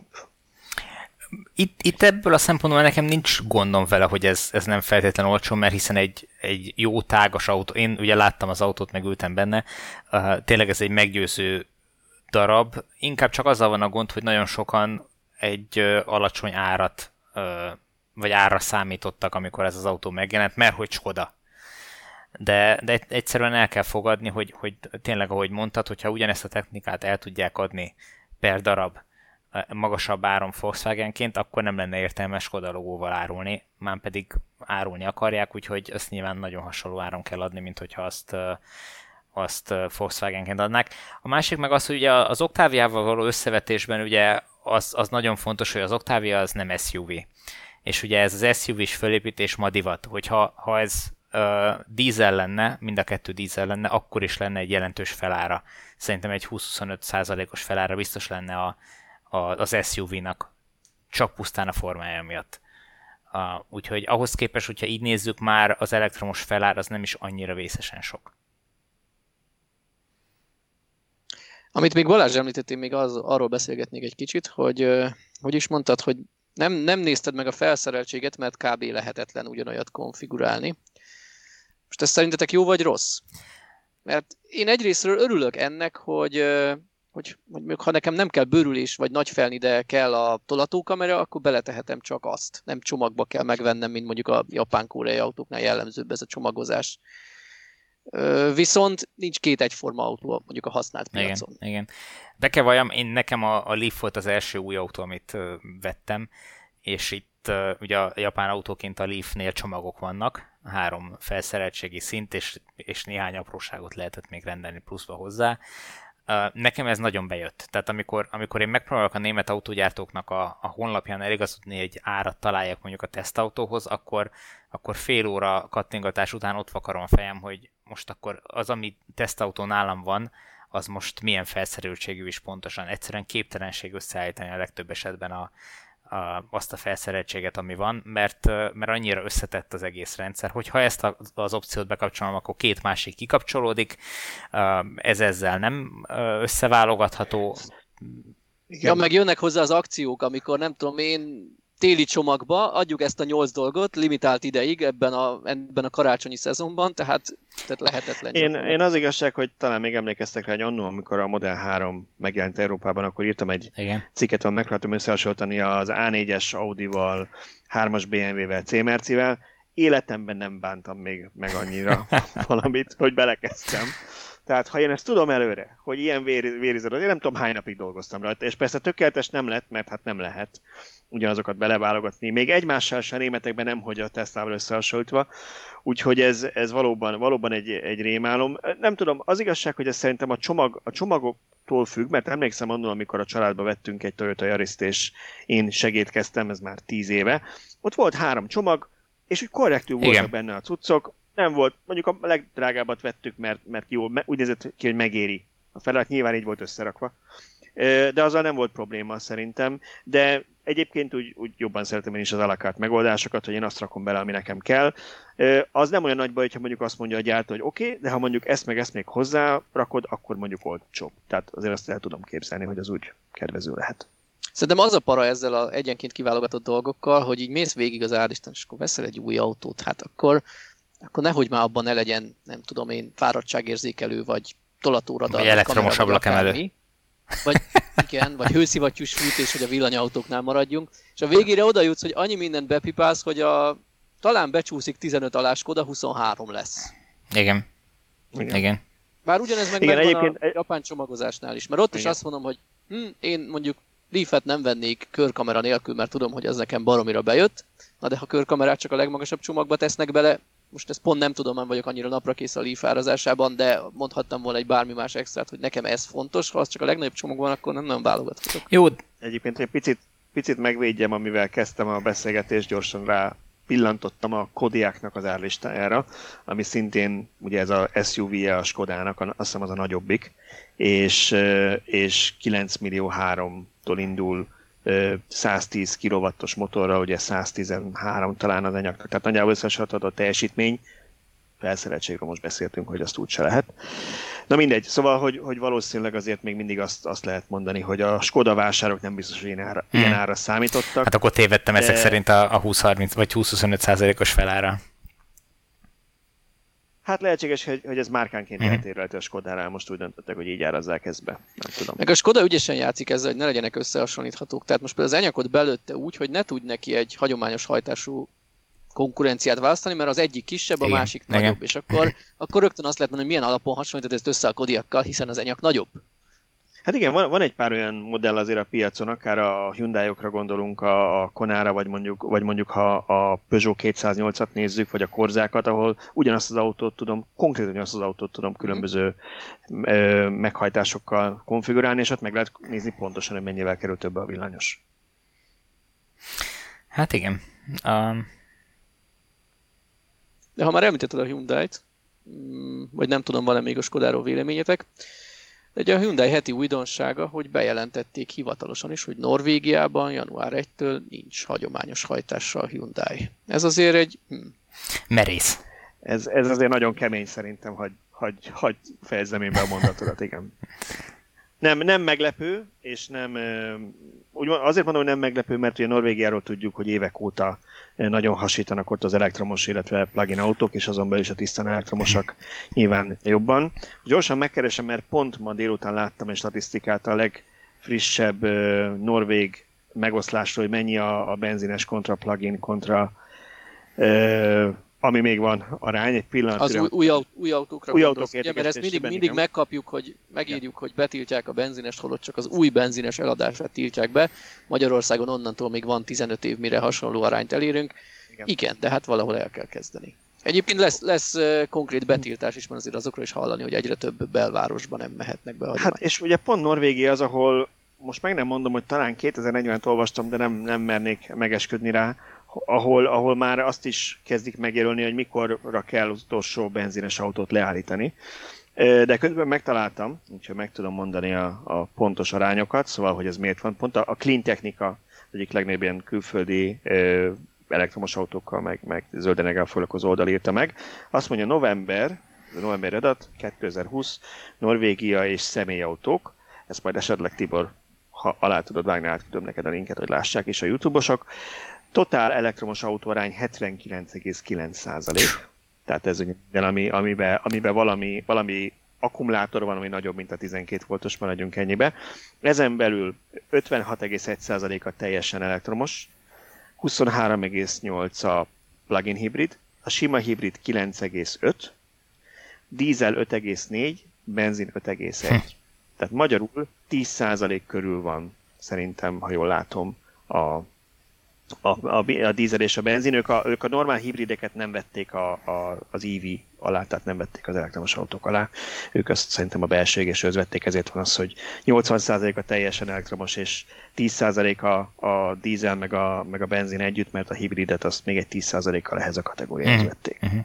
Itt, itt ebből a szempontból nekem nincs gondom vele, hogy ez, ez nem feltétlenül olcsó, mert hiszen egy, egy jó tágas autó, én ugye láttam az autót, meg ültem benne, uh, tényleg ez egy meggyőző darab, inkább csak azzal van a gond, hogy nagyon sokan egy uh, alacsony árat, uh, vagy árra számítottak, amikor ez az autó megjelent, mert hogy Skoda. De, de egyszerűen el kell fogadni, hogy, hogy tényleg, ahogy mondtad, hogyha ugyanezt a technikát el tudják adni per darab, magasabb áron Volkswagenként, akkor nem lenne értelmes Skoda logóval árulni, már pedig árulni akarják, úgyhogy ezt nyilván nagyon hasonló áron kell adni, mint hogyha azt, azt Volkswagenként adnák. A másik meg az, hogy ugye az Octaviával való összevetésben ugye az, az nagyon fontos, hogy az Octavia az nem es u vé. És ugye ez az es u vé-s fölépítés ma divat, hogyha ha ez uh, dízel lenne, mind a kettő dízel lenne, akkor is lenne egy jelentős felára. Szerintem egy húsz-huszonöt százalékos felára biztos lenne a az es u vé-nak, csak pusztán a formája miatt. Uh, úgyhogy ahhoz képest, hogyha így nézzük, már az elektromos felár az nem is annyira vészesen sok. Amit még Balázs említett, én még az, arról beszélgetnék egy kicsit, hogy hogy is mondtad, hogy nem, nem nézted meg a felszereltséget, mert kb. Lehetetlen ugyanolyat konfigurálni. Most ez szerintetek jó vagy rossz? Mert én egyrésztről örülök ennek, hogy hogy, hogy ha nekem nem kell bőrülés vagy nagy felni, de kell a tolatókamera, akkor beletehetem csak azt. Nem csomagba kell megvennem, mint mondjuk a japán-koreai autóknál jellemzőbb ez a csomagozás. Viszont nincs két egyforma autó mondjuk a használt piacon. Igen, igen. Be kell valljam, én nekem a, a Leaf volt az első új autó, amit uh, vettem, és itt uh, ugye a japán autóként a Leafnél csomagok vannak, három felszereltségi szint, és, és néhány apróságot lehetett még rendelni pluszba hozzá. Uh, nekem ez nagyon bejött. Tehát amikor, amikor én megpróbálok a német autógyártóknak a, a honlapján eligazodni egy árat találjak mondjuk a tesztautóhoz, akkor, akkor fél óra kattingatás után ott vakarom a fejem, hogy most akkor az, ami tesztautó nálam van, az most milyen felszereltségű is pontosan. Egyszerűen képtelenség összeállítani a legtöbb esetben a, a, azt a felszereltséget, ami van, mert, mert annyira összetett az egész rendszer, hogy ha ezt a, az opciót bekapcsolom, akkor két másik kikapcsolódik, ez ezzel nem összeválogatható. Igen. Ja, meg jönnek hozzá az akciók, amikor nem tudom én, téli csomagba adjuk ezt a nyolc dolgot limitált ideig ebben a, ebben a karácsonyi szezonban, tehát, tehát lehetetlen. Én, én az igazság, hogy talán még emlékeztek rá, hogy annó, amikor a Model három megjelent Európában, akkor írtam egy Igen. cikket, ahol megpróbáltam összehasonlítani az á négyes Audival, hármas bé em vé-vel, C-Mercivel. Életemben nem bántam még meg annyira valamit, hogy belekezdtem. Tehát ha én ezt tudom előre, hogy ilyen vér, vérizadott, én nem tudom hány napig dolgoztam rajta, és persze tökéletes nem lett, mert hát nem lehet ugyanazokat beleválogatni. Még egymással sem németekben nem, hogy a Teslával összehasonlítva, úgyhogy ez, ez valóban, valóban egy, egy rémálom. Nem tudom, az igazság, hogy ez szerintem a, csomag, a csomagoktól függ, mert emlékszem annól, amikor a családba vettünk egy Toyota Yariszt, és én segédkeztem, ez már tíz éve. Ott volt három csomag, és úgy korrektül voltak Igen. benne a cuccok. Nem volt, mondjuk a legdrágábbat vettük, mert, mert jó, úgy nézett ki, hogy megéri. A feladat nyilván így volt összerakva. De azzal nem volt probléma szerintem. De egyébként úgy, úgy jobban szeretem én is az alakárt megoldásokat, hogy én azt rakom bele, ami nekem kell. Az nem olyan nagy baj, hogyha mondjuk azt mondja a gyártó, hogy oké, okay, de ha mondjuk ezt meg ezt még hozzá rakod, akkor mondjuk olcsóbb. Tehát azért azt el tudom képzelni, hogy az úgy kedvező lehet. Szerintem az a para ezzel az egyenként kiválogatott dolgokkal, hogy így mész végig az árlistán, és akkor veszel egy új autót, hát akkor, akkor nehogy már abban ne legyen, nem tudom én, fáradtságérzékelő, vagy tolatóradar, vagy elektromos ablakemelő. Vagy igen, vagy hőszivattyús fűtés, hogy a villanyautóknál maradjunk. És a végére oda jutsz, hogy annyi mindent bepipálsz, hogy a talán becsúszik tizenöt alá Skoda, huszonhárom lesz. Igen. Igen. Igen. Bár ugyanez meg igen, megvan egyébként... a japán csomagozásnál is. Mert ott igen. is azt mondom, hogy hm, én mondjuk Leafet nem vennék körkamera nélkül, mert tudom, hogy ez nekem baromira bejött. Na de ha körkamerát csak a legmagasabb csomagba tesznek bele, most ezt pont nem tudom, nem vagyok annyira naprakész a Leaf árazásában, de mondhattam volna egy bármi más extrát, hogy nekem ez fontos, ha az csak a legnagyobb csomag van, akkor nem nagyon válogathatok. Jó. Egyébként egy picit, picit megvédjem, amivel kezdtem a beszélgetést, gyorsan rá pillantottam a Kodiaqnak az árlistájára, ami szintén ugye ez a es u vé-je a Skodának, azt hiszem az a nagyobbik, és, és kilenc millió háromtól indul száztíz kilowattos motorra, ugye száztizenhárom talán az anyagnak, tehát nagyjából összehasonlítható teljesítmény, felszereltségről most beszéltünk, hogy azt úgy se lehet. Na mindegy, szóval, hogy, hogy valószínűleg azért még mindig azt, azt lehet mondani, hogy a Skoda vásárok nem biztos, hogy ilyen ára, hmm. ilyen ára számítottak. Hát akkor tévedtem de... ezek szerint a, a húsz-harminc vagy húsz-huszonöt százalékos felára. Hát lehetséges, hogy, hogy ez márkánként mm-hmm. eltérhető a Skodánál, most úgy döntöttek, hogy így árazzák ezt be. Nem tudom. Meg a Skoda ügyesen játszik ezzel, hogy ne legyenek összehasonlíthatók. Tehát most például az Enyaqot belőtte úgy, hogy ne tudj neki egy hagyományos hajtású konkurenciát választani, mert az egyik kisebb, a igen, másik igen. nagyobb. És akkor, akkor rögtön azt lehet mondani, hogy milyen alapon hasonlítod ezt össze a Kodiakkal, hiszen az Enyaq nagyobb. Hát igen, van, van egy pár olyan modell azért a piacon, akár a Hyundai-okra gondolunk, a, a Konára, vagy mondjuk, vagy mondjuk ha a Peugeot kétszáznyolcat nézzük, vagy a Korzákat, ahol ugyanazt az autót tudom, konkrétan ugyanazt az autót tudom különböző ö, meghajtásokkal konfigurálni, és ott meg lehet nézni pontosan, hogy mennyivel kerül több a villanyos. Hát igen. Um... De ha már említetted a Hyundai-t, vagy nem tudom, van-e még a Skodáról véleményetek, de a Hyundai heti újdonsága, hogy bejelentették hivatalosan is, hogy Norvégiában január elsejétől nincs hagyományos hajtással Hyundai. Ez azért egy... Hm. Merész. Ez, ez azért nagyon kemény szerintem, hogy, hogy, hogy fejezzem én be a mondatodat, igen. Nem, nem meglepő, és nem... Úgy azért mondom, hogy nem meglepő, mert ugye Norvégiáról tudjuk, hogy évek óta nagyon hasítanak ott az elektromos, illetve plug-in autók, és azon belül is a tisztán elektromosak nyilván jobban. Gyorsan megkeresem, mert pont ma délután láttam egy statisztikát a legfrissebb uh, norvég megoszlásról, hogy mennyi a, a benzines kontra plug-in kontra uh, ami még van arány, egy pillanat. Az új, új, aut, új autókra új gondolsz, ugye, mert ezt mindig, mindig megkapjuk, hogy megírjuk, ja. hogy betiltják a benzinest, holott csak az új benzines eladását tiltják be. Magyarországon onnantól még van tizenöt év, mire hasonló arányt elérünk. Igen, Igen de hát valahol el kell kezdeni. Egyébként lesz, lesz konkrét betiltás is, mert azért azokról is hallani, hogy egyre több belvárosban nem mehetnek be. Hát és ugye pont Norvégia az, ahol most meg nem mondom, hogy talán kétezer-negyvent olvastam, de nem, nem mernék megesküdni rá, ahol, ahol már azt is kezdik megjelölni, hogy mikorra kell az utolsó benzines autót leállítani. De közben megtaláltam, úgyhogy meg tudom mondani a, a pontos arányokat, szóval, hogy ez miért van. Pont a, a Clean Technica egyik legnagyobb ilyen külföldi ö, elektromos autókkal, meg, meg zöld energiával foglalkozó oldal írta meg. Azt mondja, november, a november adat, kétezer-húsz, Norvégia és személyautók, ezt majd esetleg Tibor, ha alá tudod vágni, átküldöm neked a linket, hogy lássák is a YouTube-osok. Totál elektromos autóarány hetvenkilenc egész kilenc százalék. Tehát ez ugye, ami, amiben, amiben valami, valami akkumulátor van, ami nagyobb, mint a tizenkét voltos, maradjunk ennyibe. Ezen belül ötvenhat egész egy százalék a teljesen elektromos, huszonhárom egész nyolc a plug-in hibrid, a sima hibrid kilenc egész öt, dízel öt egész négy, benzin öt egész egy. Tehát magyarul tíz százalék körül van, szerintem, ha jól látom, a A, a, a dízel és a benzin, ők a, ők a normál hibrideket nem vették a, a, az í vé alá, tehát nem vették az elektromos autók alá. Ők azt szerintem a belső égésőhöz vették, ezért van az, hogy nyolcvan százalék a teljesen elektromos, és tíz százalék a, a dízel meg a, meg a benzin együtt, mert a hibridet azt még egy tíz százalékkal ehhez a kategóriához mm. vették. Mm-hmm.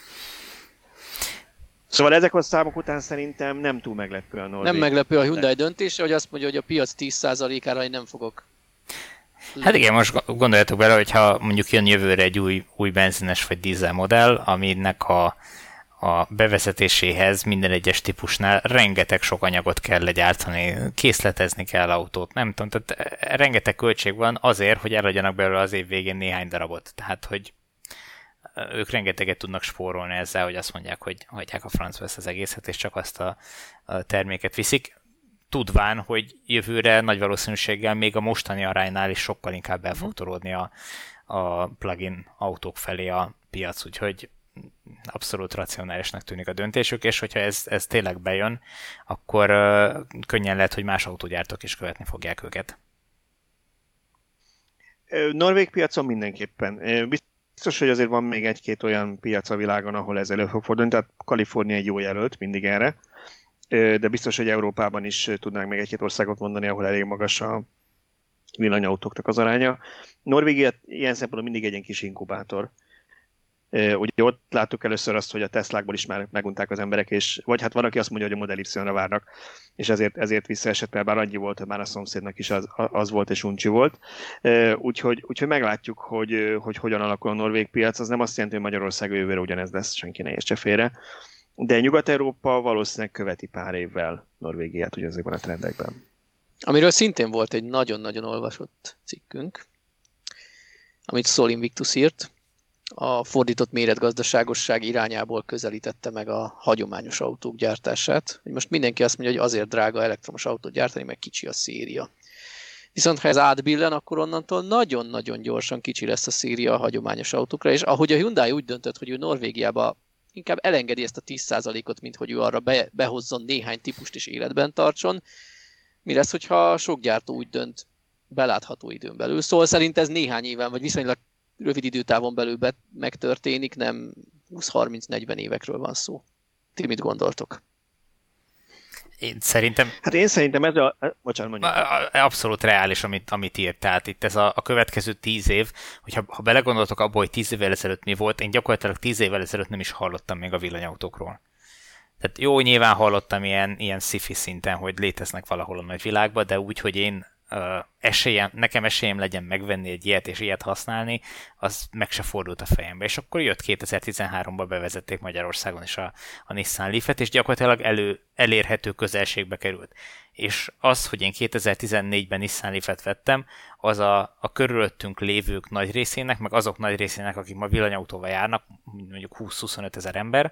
Szóval ezek a számok után szerintem nem túl meglepő a Norvég. Nem meglepő a Hyundai döntése, hogy azt mondja, hogy a piac tíz százalékára én nem fogok Hát igen, most gondoljatok bele, hogyha mondjuk jön jövőre egy új, új benzines vagy dízel modell, aminek a, a bevezetéséhez minden egyes típusnál rengeteg sok anyagot kell legyártani, készletezni kell autót, nem tudom, tehát rengeteg költség van azért, hogy eladjanak belőle az év végén néhány darabot. Tehát, hogy ők rengeteget tudnak spórolni ezzel, hogy azt mondják, hogy hagyják a francba ezt az egészet, és csak azt a, a terméket viszik, tudván, hogy jövőre nagy valószínűséggel még a mostani aránynál is sokkal inkább el fog toródni a, a plug-in autók felé a piac, úgyhogy abszolút racionálisnak tűnik a döntésük, és hogyha ez, ez tényleg bejön, akkor uh, könnyen lehet, hogy más autógyártók is követni fogják őket. Norvég piacon mindenképpen. Biztos, hogy azért van még egy-két olyan piac a világon, ahol ez elő fog fordulni, tehát Kalifornia egy jó jelölt mindig erre, de biztos, hogy Európában is tudnánk még egy-két országot mondani, ahol elég magas a villanyautóknak az aránya. Norvégia ilyen szempontból mindig egy ilyen kis inkubátor. Ugye ott láttuk először azt, hogy a Teslákból is már megunták az emberek, és vagy hát van, aki azt mondja, hogy a Model Y-ra várnak, és ezért, ezért visszaesett el, bár annyi volt, hogy már a szomszédnak is az, az volt és uncsi volt. Úgyhogy, úgyhogy meglátjuk, hogy, hogy hogyan alakul a norvég piac. Az nem azt jelenti, hogy Magyarország jövőre ugyanez lesz, senki ne értse félre. De Nyugat-Európa valószínűleg követi pár évvel Norvégiát ugyanezekben a trendekben. Amiről szintén volt egy nagyon-nagyon olvasott cikkünk, amit Sol Invictus írt, a fordított méretgazdaságosság irányából közelítette meg a hagyományos autók gyártását. Most mindenki azt mondja, hogy azért drága elektromos autót gyártani, mert kicsi a széria. Viszont ha ez átbillen, akkor onnantól nagyon-nagyon gyorsan kicsi lesz a széria a hagyományos autókra, és ahogy a Hyundai úgy döntött, hogy ő Norvégiába inkább elengedi ezt a tíz százalékot, mint hogy ő arra be, behozzon néhány típust és életben tartson, mi lesz, hogyha sok gyártó úgy dönt belátható időn belül. Szóval szerint ez néhány éven, vagy viszonylag rövid időtávon belül be, megtörténik, nem húsz-harminc-negyven évekről van szó. Ti mit gondoltok? Én szerintem... Hát én szerintem ez a... Bocsánat, mondjuk. Abszolút reális, amit, amit írt. Tehát itt ez a, a következő tíz év, hogyha ha belegondoltok abba, hogy tíz évvel ezelőtt mi volt, én gyakorlatilag tíz évvel ezelőtt nem is hallottam még a villanyautókról. Tehát jó, nyilván hallottam ilyen, ilyen sci-fi szinten, hogy léteznek valahol a nagyvilágban, de úgy, hogy én uh, esélyem, nekem esélyem legyen megvenni egy ilyet és ilyet használni, az meg se fordult a fejembe. És akkor jött kétezer-tizenháromban bevezették Magyarországon is a, a Nissan Leaf-et, és gyakorlatilag elő, elérhető közelségbe került. És az, hogy én kétezer-tizennégyben Nissan Leaf-et vettem, az a, a körülöttünk lévők nagy részének, meg azok nagy részének, akik ma villanyautóval járnak, mondjuk húsz-huszonöt ezer ember,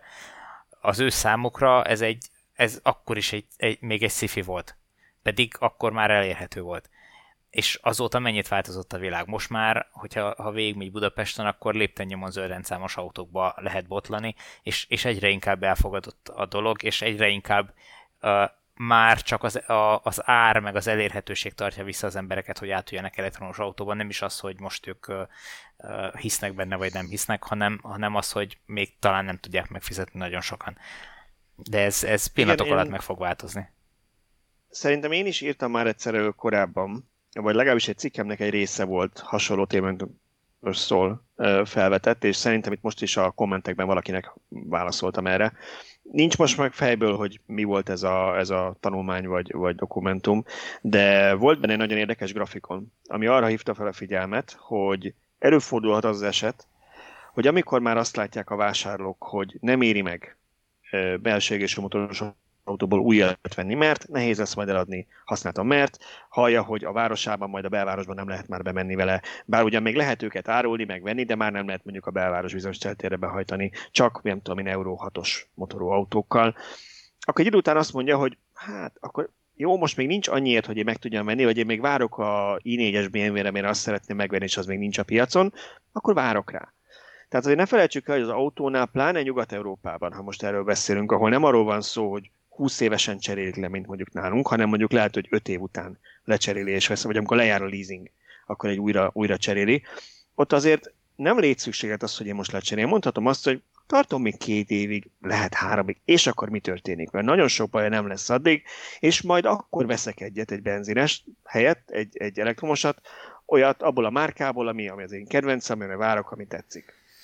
az ő számukra ez, egy, ez akkor is egy, egy, még egy sci-fi volt. Pedig akkor már elérhető volt. És azóta mennyit változott a világ? Most már, hogyha ha végigmegy Budapesten, akkor lépten nyomon zöldrendszámos autókba lehet botlani, és, és egyre inkább elfogadott a dolog, és egyre inkább uh, már csak az, a, az ár meg az elérhetőség tartja vissza az embereket, hogy átüljenek elektromos autóban. Nem is az, hogy most ők uh, uh, hisznek benne, vagy nem hisznek, hanem, hanem az, hogy még talán nem tudják megfizetni nagyon sokan. De ez, ez pillanatok Igen, alatt én... meg fog változni. Szerintem én is írtam már egyszer korábban, vagy legalábbis egy cikkemnek egy része volt hasonló témánkról szól felvetett, és szerintem itt most is a kommentekben valakinek válaszoltam erre. Nincs most meg fejből, hogy mi volt ez a, ez a tanulmány vagy, vagy dokumentum, de volt benne egy nagyon érdekes grafikon, ami arra hívta fel a figyelmet, hogy előfordulhat az, az eset, hogy amikor már azt látják a vásárlók, hogy nem éri meg belső égésű motoros autóból újat venni, mert nehéz lesz majd eladni használtan, mert hallja, hogy a városában, majd a belvárosban nem lehet már bemenni vele, bár ugyan még lehet őket árulni, megvenni, de már nem lehet mondjuk a belváros bizonyos teltérre behajtani, csak nem tudom én Euró hatos motorú autókkal. Akkor egy idő után azt mondja, hogy hát akkor jó, most még nincs annyiért, hogy én meg tudjam venni, vagy én még várok a i négyes bé em vé-re, mert azt szeretném megvenni, és az még nincs a piacon, akkor várok rá. Tehát azért ne felejtsük el, hogy az autónál, pláne Nyugat-Európában, ha most erről beszélünk, ahol nem arról van szó, hogy húsz évesen cserélik le, mint mondjuk nálunk, hanem mondjuk lehet, hogy öt év után lecseréli és vesz, vagy amikor lejár a leasing, akkor egy újra, újra cseréli. Ott azért nem légy szükséget az, hogy én most lecseréljem. Mondhatom azt, hogy tartom még két évig, lehet háromig, és akkor mi történik? Mert nagyon sok baj nem lesz addig, és majd akkor veszek egyet, egy benzines helyett, egy, egy elektromosat, olyat abból a márkából, ami, ami az én kedvencem, amire várok, ami tetszik.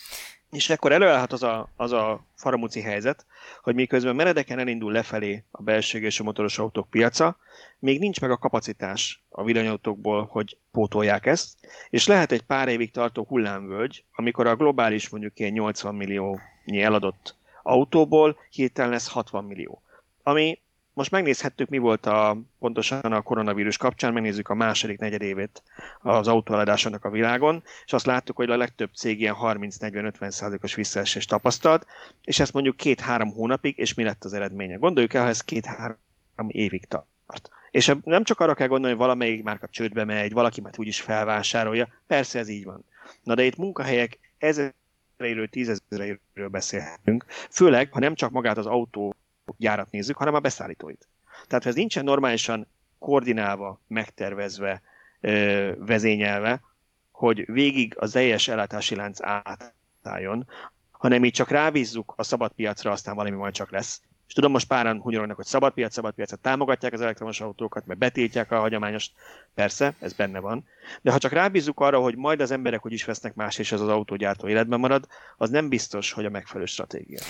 És akkor előállhat az a, az a faramúci helyzet, hogy miközben meredeken elindul lefelé a belső és a motoros autók piaca, még nincs meg a kapacitás a villanyautókból, hogy pótolják ezt, és lehet egy pár évig tartó hullámvölgy, amikor a globális mondjuk ilyen nyolcvan milliónyi eladott autóból hirtelen lesz hatvan millió. Ami most megnézhettük, mi volt a, pontosan a koronavírus kapcsán, megnézzük a második negyedévét az autóeladásának a világon, és azt láttuk, hogy a legtöbb cég ilyen harminc-negyven-ötven százalékos visszaesést tapasztalt, és ezt mondjuk két-három hónapig, és mi lett az eredménye? Gondoljuk el, ha ez két-három évig tart. És nem csak arra kell gondolni, hogy valamelyik márka csődbe megy, valaki már úgyis felvásárolja, persze ez így van. Na de itt munkahelyek ezerről, tízezerről beszélhetünk, főleg, ha nem csak magát az autó gyárat nézzük, hanem a beszállítóit. Tehát ha ez nincsen normálisan koordinálva, megtervezve, vezényelve, hogy végig az teljes ellátási lánc átálljon, hanem így csak rábízzuk a szabad piacra, aztán valami majd csak lesz. És tudom, most páran hunyorognak, hogy szabad piac, szabad piacot támogatják az elektromos autókat, mert betiltják a hagyományos, persze, ez benne van. De ha csak rábízzuk arra, hogy majd az emberek úgyis vesznek más, és az az autógyártó életben marad, az nem biztos, hogy a megfelelő stratégia.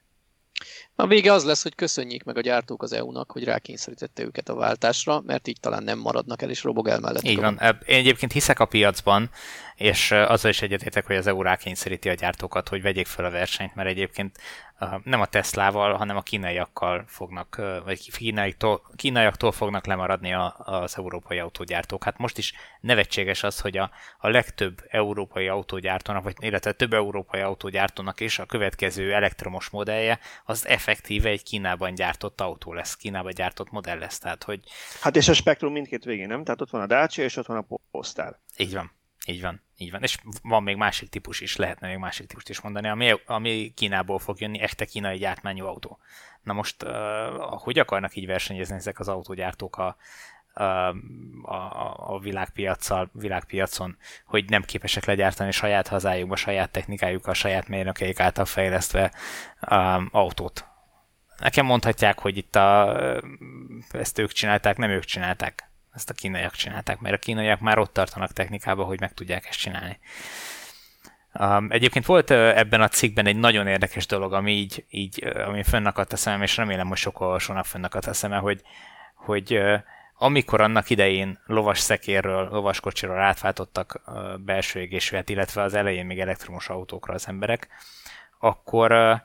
A vége az lesz, hogy köszönjék meg a gyártók az é u-nak, hogy rákényszerítette őket a váltásra, mert így talán nem maradnak el, és robog el mellett. Így van. Én egyébként hiszek a piacban, és azzal is egyetértek, hogy az é u rákényszeríti a gyártókat, hogy vegyék fel a versenyt, mert egyébként nem a Teslával, hanem a kínaiakkal fognak, vagy kínaiaktól, kínaiaktól fognak lemaradni a, az európai autógyártók. Hát most is nevetséges az, hogy a, a legtöbb európai autógyártónak, vagy illetve több európai autógyártónak is a következő elektromos modellje az effektíve egy Kínában gyártott autó lesz, Kínában gyártott modell lesz. Tehát, hogy... Hát és a spektrum mindkét végén, nem? Tehát ott van a Dacia és ott van a Polestar. Így van. Így van, így van. És van még másik típus is, lehetne még másik típust is mondani, ami, ami Kínából fog jönni, echte kínai gyártmányú autó. Na most, uh, hogy akarnak így versenyezni ezek az autógyártók a, a, a, a világpiacsal, világpiacon, hogy nem képesek legyártani saját hazájukba, saját technikájukkal, saját mérnökeik által fejlesztve um, autót. Nekem mondhatják, hogy itt a, ezt ők csinálták, nem ők csinálták. Ezt a kínaiak csinálták, mert a kínaiak már ott tartanak technikában, hogy meg tudják ezt csinálni. Um, egyébként volt uh, ebben a cikkben egy nagyon érdekes dolog, ami így, így uh, ami fönnakadt a szemem, és remélem, hogy sok olvasónak fönnakadt a szeme, hogy, hogy uh, amikor annak idején lovas szekérről, lovaskocsiról átváltottak uh, belső égésűet, illetve az elején még elektromos autókra az emberek, akkor uh,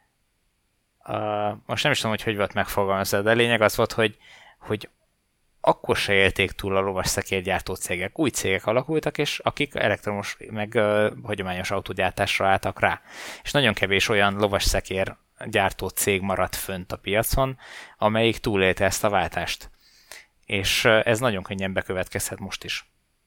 uh, most nem is tudom, hogy hogy volt megfogalmazva, de a lényeg az volt, hogy, hogy akkor se élték túl a lovas szekérgyártó cégek. Új cégek alakultak, és akik elektromos, meg uh, hagyományos autógyártásra álltak rá. És nagyon kevés olyan lovas szekér gyártó cég maradt fönt a piacon, amelyik túlélte ezt a váltást. És uh, ez nagyon könnyen bekövetkezhet most is.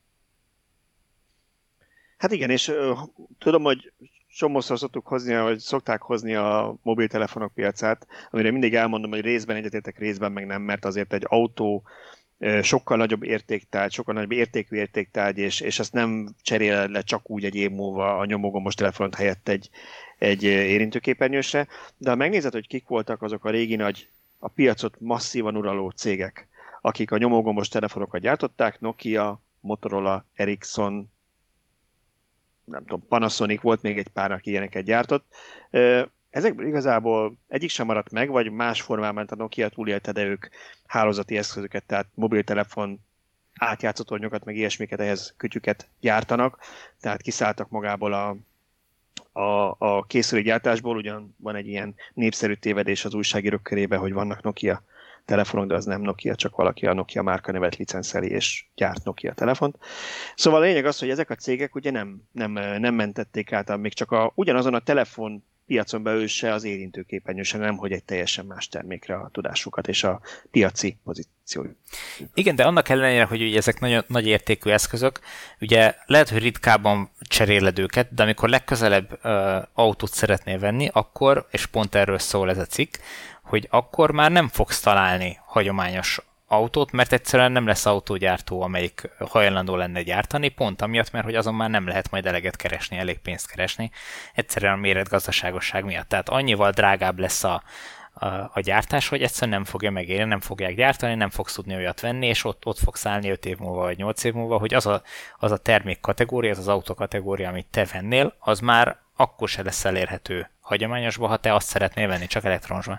Hát igen, és uh, tudom, hogy somószor szoktuk hozni, vagy szokták hozni a mobiltelefonok piacát, amire mindig elmondom, hogy részben egyetértek, részben meg nem, mert azért egy autó sokkal nagyobb értéktárgy, sokkal nagyobb értékű értéktárgy, és, és ezt nem cserél le csak úgy egy év múlva a nyomógombos telefonot helyett egy, egy érintőképernyősre. De ha megnézed, hogy kik voltak azok a régi nagy, a piacot masszívan uraló cégek, akik a nyomógombos telefonokat gyártották, Nokia, Motorola, Ericsson, nem tudom, Panasonic, volt még egy pár, aki ilyeneket gyártott. Ezekből igazából egyik sem maradt meg, vagy más formában a Nokia túlélte, de ők hálózati eszközöket, tehát mobiltelefon, átjátszatornyokat, meg ilyesmiket, ehhez kütyüket gyártanak, tehát kiszálltak magából a, a, a készülékgyártásból, ugyan van egy ilyen népszerű tévedés az újságírók körében, hogy vannak Nokia telefonok, de az nem Nokia, csak valaki a Nokia márkanevet licenszeli és gyárt Nokia telefont. Szóval a lényeg az, hogy ezek a cégek ugye nem, nem, nem mentették át, még csak a, ugyanazon a telefon piacon belül se az érintőképernyő sem, nem, hogy egy teljesen más termékre a tudásukat és a piaci pozíciójukat. Igen, de annak ellenére, hogy ugye ezek nagyon nagy értékű eszközök, ugye lehet, hogy ritkában cseréled őket, de amikor legközelebb uh, autót szeretnél venni, akkor, és pont erről szól ez a cikk, hogy akkor már nem fogsz találni hagyományos autót, mert egyszerűen nem lesz autógyártó, amelyik hajlandó lenne gyártani, pont amiatt, mert hogy azon már nem lehet majd eleget keresni, elég pénzt keresni, egyszerűen a méretgazdaságosság miatt. Tehát annyival drágább lesz a, a, a gyártás, hogy egyszerűen nem fogja megérni, nem fogják gyártani, nem fogsz tudni olyat venni, és ott, ott fogsz állni öt év múlva, vagy nyolc év múlva, hogy az a, az a termék kategória, az az autó kategória, amit te vennél, az már akkor se lesz elérhető hagyományosba, ha te azt szeretnél venni, csak elektromosba.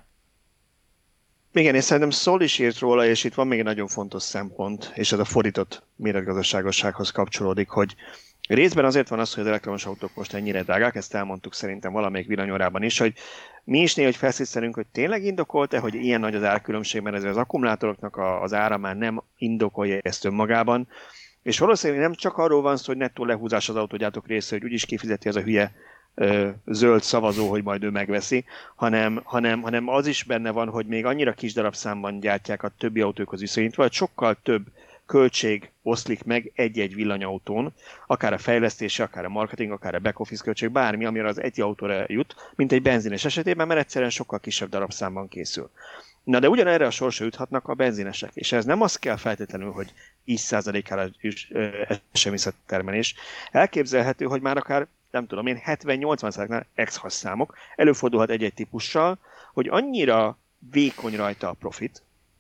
Igen, és szerintem Szól is írt róla, és itt van még egy nagyon fontos szempont, és ez a fordított méretgazdaságossághoz kapcsolódik, hogy részben azért van az, hogy az elektromos autók most ennyire drágák, ezt elmondtuk szerintem valamelyik villanyórában is, hogy mi is néha felszísszerünk, hogy tényleg indokolt-e, hogy ilyen nagy az árkülönbség, mert ezért az akkumulátoroknak az ára már nem indokolja ezt önmagában, és valószínűleg nem csak arról van szó, hogy nettó lehúzás az autógyártók része, hogy úgyis kifizeti az a hülye ö, zöld szavazó, hogy majd ő megveszi, hanem, hanem, hanem az is benne van, hogy még annyira kis darabszámban gyártják a többi autókhoz viszonyítva, hogy sokkal több költség oszlik meg egy-egy villanyautón, akár a fejlesztése, akár a marketing, akár a back-office költség, bármi, amire az egy autóra jut, mint egy benzines esetében, mert egyszerűen sokkal kisebb darabszámban készül. Na de ugyanerre a sorsra juthatnak a benzinesek, és ez nem az kell feltétlenül, hogy tíz százalékára is esem vissza a termelés. Elképzelhető, hogy már akár, nem tudom én, hetven-nyolcvan százaléknál ex-has számok előfordulhat egy-egy típussal, hogy annyira vékony rajta a profit,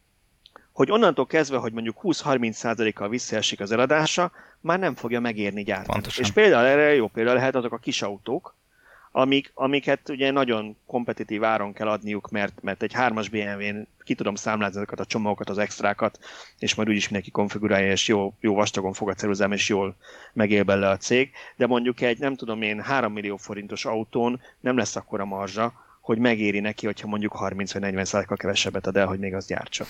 hogy onnantól kezdve, hogy mondjuk húsz-harminc százalékkal visszaesik az eladása, már nem fogja megérni gyártani. Pontosan. És például erre jó példa lehet azok a kis autók, amik, amiket ugye nagyon kompetitív áron kell adniuk, mert, mert egy hármas bé em vén ki tudom számlázni ezeket a csomagokat, az extrákat, és majd úgyis mindenki konfigurálja, és jó, jó vastagon fog a ceruzám, és jól megél belőle a cég. De mondjuk egy, nem tudom én, három millió forintos autón nem lesz akkora marzsa, hogy megéri neki, hogyha mondjuk harminc vagy negyven százalékkal kevesebbet ad el, hogy még az gyártsa.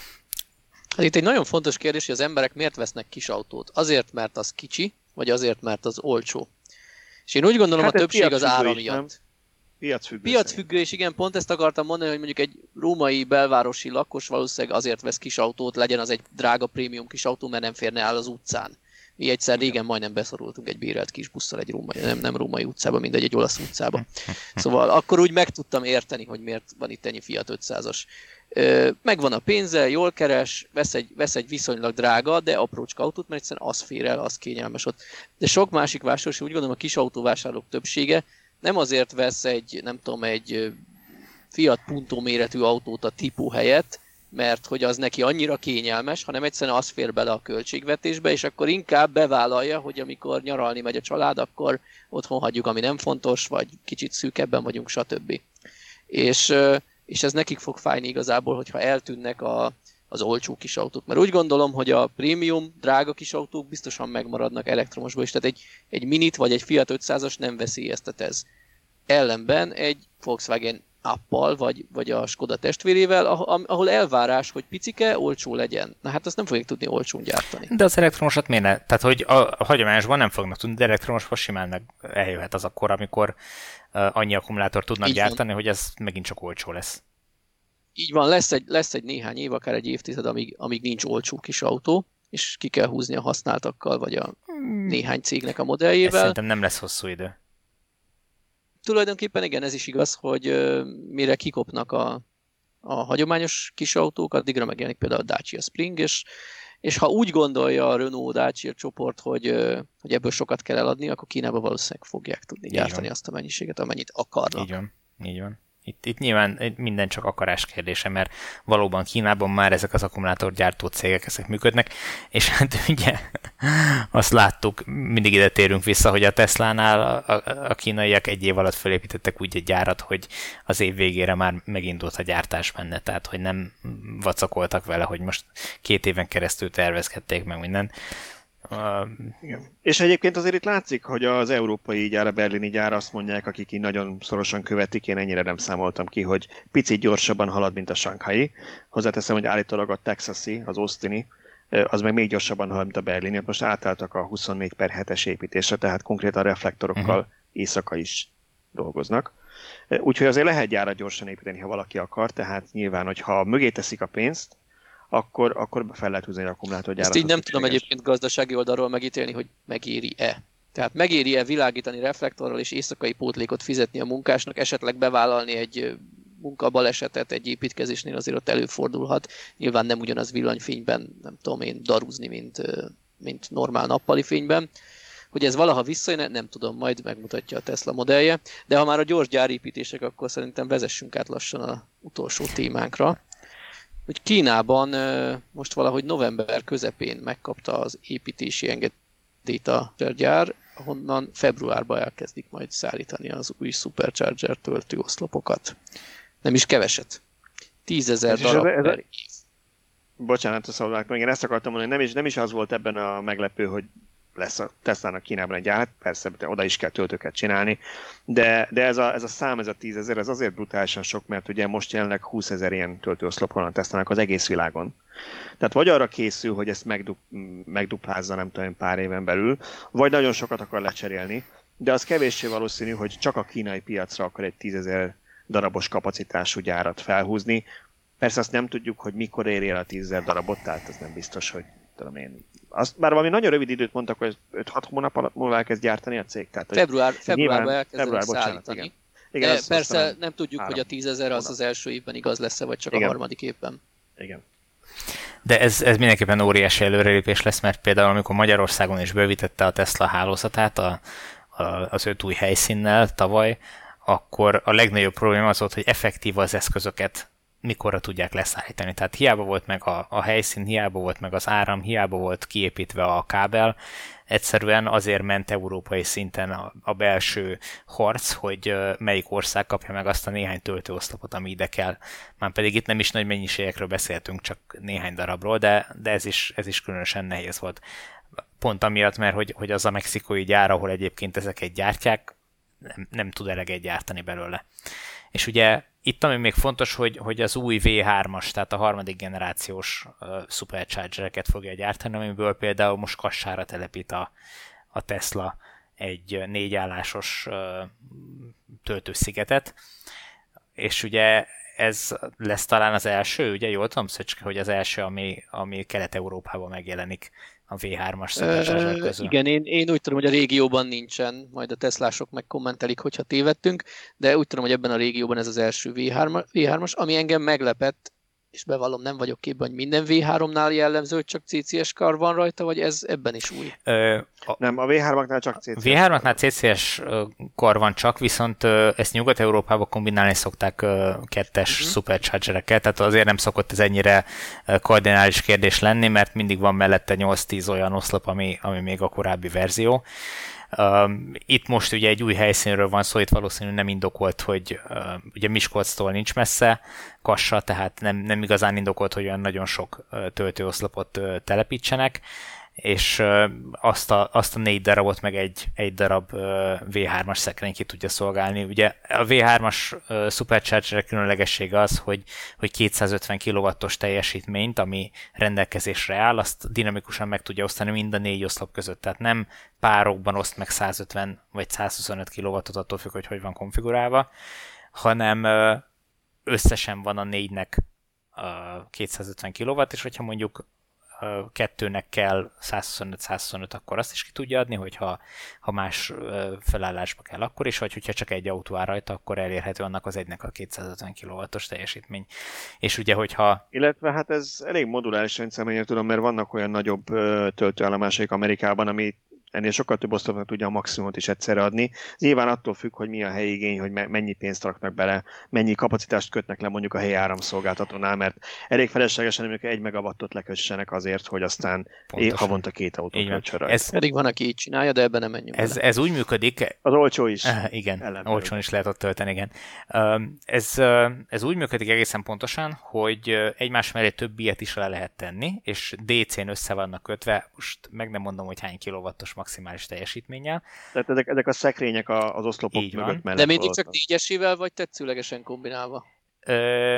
Hát itt egy nagyon fontos kérdés, hogy az emberek miért vesznek kis autót. Azért, mert az kicsi, vagy azért, mert az olcsó. És én úgy gondolom, hát a többség az ára miatt. Piacfüggő. Piacfüggő, és igen, pont ezt akartam mondani, hogy mondjuk egy római belvárosi lakos valószínűleg azért vesz kis autót, legyen az egy drága prémium kis autó, mert nem férne el az utcán. Mi egyszer régen majdnem beszorultunk egy bérelt kis busszal egy római, nem, nem római utcába, mindegy, egy olasz utcába. Szóval akkor úgy meg tudtam érteni, hogy miért van itt ennyi Fiat ötszázas. Megvan a pénze, jól keres, vesz egy, vesz egy viszonylag drága, de aprócska autót, mert egyszerűen az fér el, az kényelmes ott. De sok másik vásárló, úgy gondolom a kis autóvásárlók többsége nem azért vesz egy, nem tudom, egy Fiat Punto méretű autót a típú helyett, mert hogy az neki annyira kényelmes, hanem egyszerűen az fér bele a költségvetésbe, és akkor inkább bevállalja, hogy amikor nyaralni megy a család, akkor otthon hagyjuk, ami nem fontos, vagy kicsit szűkebben vagyunk, stb. És, és ez nekik fog fájni igazából, hogyha eltűnnek a, az olcsó kis autók. Mert úgy gondolom, hogy a prémium, drága kis autók biztosan megmaradnak elektromosból is, tehát egy, egy Minit vagy egy Fiat ötszázas nem veszélyeztet ez. Ellenben egy Volkswagen Appal, vagy, vagy a Skoda testvérével, ahol elvárás, hogy picike, olcsó legyen. Na hát azt nem fogják tudni olcsón gyártani. De az elektromosat miért ne? Tehát, hogy a hagyományosban nem fognak tudni, de elektromosban simán meg eljöhet az akkor, amikor annyi akkumulátor tudnak Így gyártani, van. Hogy ez megint csak olcsó lesz. Így van, lesz egy, lesz egy néhány év, akár egy évtized, amíg, amíg nincs olcsó kis autó, és ki kell húzni a használtakkal, vagy a hmm. néhány cégnek a modelljével. Ez szerintem nem lesz hosszú idő. Tulajdonképpen igen, ez is igaz, hogy uh, mire kikopnak a, a hagyományos kis autók, addigra megjelenik például a Dacia Spring, és, és ha úgy gondolja a Renault Dacia csoport, hogy, uh, hogy ebből sokat kell eladni, akkor Kínában valószínűleg fogják tudni így gyártani van. Azt a mennyiséget, amennyit akarnak. Így van, így van. Itt, itt nyilván minden csak akarás kérdése, mert valóban Kínában már ezek az akkumulátorgyártó cégek ezek működnek, és hát ugye azt láttuk, mindig ide térünk vissza, hogy a Teslánál a, a, a kínaiak egy év alatt felépítettek úgy egy gyárat, hogy az év végére már megindult a gyártás benne, tehát hogy nem vacakoltak vele, hogy most két éven keresztül tervezkedték meg minden. Uh, Igen. És egyébként azért itt látszik, hogy az európai gyár, a berlini gyár azt mondják, akik így nagyon szorosan követik, én ennyire nem számoltam ki, hogy picit gyorsabban halad, mint a Shanghai. Hozzáteszem, hogy állítólag a texasi, az austini, az meg még gyorsabban halad, mint a berlini. Most átálltak a huszonnégy per hetes építésre, tehát konkrétan reflektorokkal uh-huh. éjszaka is dolgoznak. Úgyhogy azért lehet gyárat gyorsan építeni, ha valaki akar, tehát nyilván, hogyha mögé teszik a pénzt, akkor, akkor fel lehet húzni egy akkumulátorgyárat. Ezt így nem tudom egyébként gazdasági oldalról megítélni, hogy megéri-e. Tehát megéri-e világítani reflektorral és éjszakai pótlékot fizetni a munkásnak, esetleg bevállalni egy munkabalesetet egy építkezésnél, azért ott előfordulhat. Nyilván nem ugyanaz villanyfényben, nem tudom én, darúzni, mint, mint normál nappali fényben. Hogy ez valaha visszajön, nem tudom, majd megmutatja a Tesla modellje. De ha már a gyors gyárépítések, akkor szerintem vezessünk át lassan az utolsó témánkra. Hogy Kínában most valahogy november közepén megkapta az építési engedélyt a gyár, ahonnan februárban elkezdik majd szállítani az új Supercharger töltőoszlopokat. Nem is keveset. tízezer darab ez, ez per év. Bocsánat, a szavak, igen, ezt akartam mondani, nem is, nem is az volt ebben a meglepő, hogy lesz a Teslának Kínában egy gyár, persze oda is kell töltőket csinálni, de, de ez, a, ez a szám, ez a tízezer, ez azért brutálisan sok, mert ugye most jelenleg húszezer ilyen töltőoszlop van a Teslának az egész világon. Tehát vagy arra készül, hogy ezt megdup, megduplázza, nem tudom, pár éven belül, vagy nagyon sokat akar lecserélni, de az kevéssé valószínű, hogy csak a kínai piacra akar egy tízezer darabos kapacitású gyárat felhúzni. Persze azt nem tudjuk, hogy mikor éri el a tízezer darabot, tehát ez nem biztos, hogy tudom én. Azt, bár valami nagyon rövid időt mondtak, hogy öt-hat hónap alatt múlva elkezd gyártani a cég. Tehát, Február, februárban elkezdenek szállítani. Igen. Igen, de persze nem tudjuk, hogy a tízezer az az első évben igaz lesz-e, vagy csak igen. a harmadik évben. Igen. De ez, ez mindenképpen óriási előrelépés lesz, mert például amikor Magyarországon is bővítette a Tesla hálózatát a, a, az öt új helyszínnel tavaly, akkor a legnagyobb probléma az volt, hogy effektív az eszközöket mikorra tudják leszállítani. Tehát hiába volt meg a, a helyszín, hiába volt meg az áram, hiába volt kiépítve a kábel, egyszerűen azért ment európai szinten a, a belső harc, hogy melyik ország kapja meg azt a néhány töltőoszlopot, ami ide kell. Már pedig itt nem is nagy mennyiségekről beszéltünk, csak néhány darabról, de, de ez, is, ez is különösen nehéz volt. Pont amiatt, mert hogy, hogy az a mexikói gyár, ahol egyébként ezeket gyártják, nem, nem tud eleget gyártani belőle. És ugye itt ami még fontos, hogy, hogy az új vé hármas, tehát a harmadik generációs uh, Superchargereket fogja gyártani, amiből például most Kassára telepít a, a Tesla egy négyállásos uh, töltőszigetet, és ugye ez lesz talán az első, ugye jól tudom, Szöcske, hogy az első, ami, ami Kelet-Európában megjelenik a vé hármas Supercharger közül. Igen, én, én úgy tudom, hogy a régióban nincsen, majd a Teslások megkommentelik, hogyha tévedtünk, de úgy tudom, hogy ebben a régióban ez az első vé hármas, ami engem meglepett, és bevallom, nem vagyok képben, hogy minden vé háromnál jellemző, hogy csak cé cé es kar van rajta, vagy ez ebben is új? Ö, a, nem, a vé hármaknál csak cé cé es. vé hármaknál cé cé es kar van csak, viszont ezt Nyugat-Európában kombinálni szokták kettes uh-huh. Superchargerekkel, tehát azért nem szokott ez ennyire kardinális kérdés lenni, mert mindig van mellette nyolc-tíz olyan oszlop, ami, ami még a korábbi verzió. Uh, itt most ugye egy új helyszínről van szó, itt valószínűleg nem indokolt, hogy uh, ugye Miskolctól nincs messze Kassa, tehát nem, nem igazán indokolt, hogy olyan nagyon sok uh, töltőoszlopot uh, telepítsenek, és uh, azt, a, azt a négy darabot meg egy, egy darab uh, vé hármas szekrény ki tudja szolgálni. Ugye a vé hármas uh, Supercharger különlegessége az, hogy, hogy kétszázötven kilowattos teljesítményt, ami rendelkezésre áll, azt dinamikusan meg tudja osztani mind a négy oszlop között. Tehát nem párokban oszt meg százötven vagy százhuszonöt kilowattot, attól függ, hogy hogy van konfigurálva, hanem uh, összesen van a négynek uh, kétszázötven kilowatt, és hogyha mondjuk kettőnek kell százhuszonöt százhuszonöt, akkor azt is ki tudja adni, hogyha ha más felállásba kell akkor is, vagy hogyha csak egy autó áll rajta, akkor elérhető annak az egynek a kétszázötven kilowattos teljesítmény. És ugye, hogyha... Illetve hát ez elég moduláris rendszer, tudom, mert vannak olyan nagyobb töltőállomásaik Amerikában, ami ennél sokkal több oszlopnak tudja a maximumot is egyszerre adni. Ez nyilván attól függ, hogy mi a helyi igény, hogy mennyi pénzt raknak bele, mennyi kapacitást kötnek le mondjuk a helyi áramszolgáltatónál, mert elég feleslegesen, amikor egy megawattot lekössenek azért, hogy aztán Pontosan. havonta két autót költsön rajta. Ez pedig van, aki így csinálja, de ebben nem menjünk ez, ez úgy működik... Az olcsó is. Uh, igen, ellenben. Olcsón is lehet ott tölteni, igen. Uh, ez, uh, ez úgy működik egészen pontosan, hogy uh, egymás mellé több ilyet is le lehet tenni, és dé cén össze vannak kötve, most meg nem mondom, hogy hány kilowattos maximális teljesítménnyel. Tehát ezek, ezek a szekrények az oszlopok így mögött van. mellett. De mindig csak négyesével, vagy tetszőlegesen kombinálva? Ö,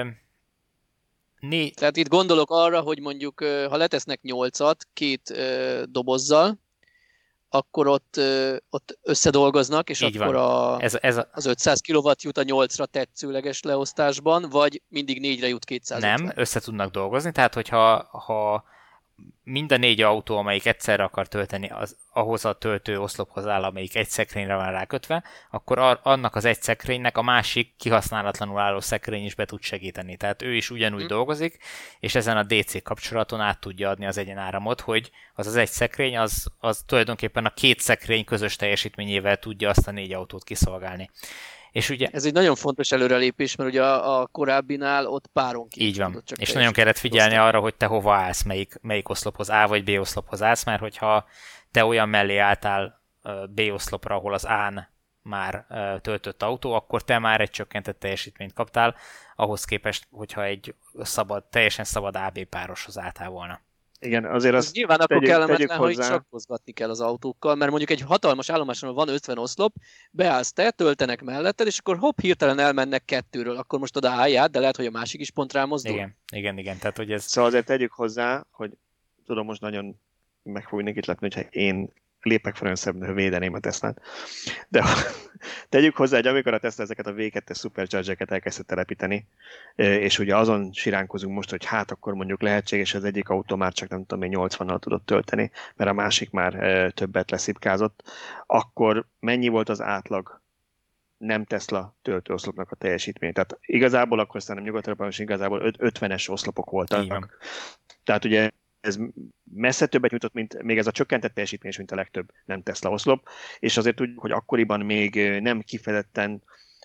né... Tehát itt gondolok arra, hogy mondjuk, ha letesznek nyolcat két dobozzal, akkor ott, ott összedolgoznak, és így akkor a, ez, ez a... az ötszáz kilowatt jut a nyolcra tetszőleges leosztásban, vagy mindig négyre jut kétszázötven? Nem, össze tudnak dolgozni, tehát hogyha ha mind a négy autó, amelyik egyszerre akar tölteni, az, ahhoz a töltő oszlophoz áll, amelyik egy szekrényre van rákötve, akkor ar- annak az egy szekrénynek a másik kihasználatlanul álló szekrény is be tud segíteni. Tehát ő is ugyanúgy hmm. dolgozik, és ezen a dé cé kapcsolaton át tudja adni az egyenáramot, hogy az az egy szekrény, az, az tulajdonképpen a két szekrény közös teljesítményével tudja azt a négy autót kiszolgálni. És ugye, ez egy nagyon fontos előrelépés, mert ugye a, a korábbinál ott páron ki. Így van, és nagyon kellett figyelni osztani arra, hogy te hova állsz, melyik, melyik oszlophoz, A vagy B oszlophoz állsz, mert hogyha te olyan mellé álltál B-oszlopra, ahol az A-n már töltött autó, akkor te már egy csökkentett teljesítményt kaptál, ahhoz képest, hogyha egy szabad, teljesen szabad á bé pároshoz álltál volna. Igen, azért azt nyilván akkor tegyük, kellemetlen, tegyük hogy hozzá. sakkozgatni kell az autókkal, mert mondjuk egy hatalmas állomáson van ötven oszlop, beállsz te, töltenek melletted, és akkor hopp, hirtelen elmennek kettőről, akkor most oda állját, de lehet, hogy a másik is pont rámozdul. Igen, igen, igen. Tehát, hogy ez... Szóval azért tegyük hozzá, hogy tudom, most nagyon meg fog mindenkit lepni, hogyha én lépek fel olyan szemben, hogy védeném a Teslát. De tegyük hozzá, hogy amikor a Tesla ezeket a vé kettes Supercharger-eket elkezdte telepíteni, és ugye azon siránkozunk most, hogy hát akkor mondjuk lehetséges, az egyik autó már csak nem tudom én nyolcvannal tudott tölteni, mert a másik már többet leszipkázott, akkor mennyi volt az átlag nem Tesla töltőoszlopnak a teljesítmény? Tehát igazából akkor aztán nem nyugat és igazából ötvenes oszlopok voltak. Igen. Tehát ugye ez messze többet nyújtott, mint még ez a csökkentett teljesítmény, mint a legtöbb nem Tesla oszlop, és azért tudjuk, hogy akkoriban még nem kifejezetten,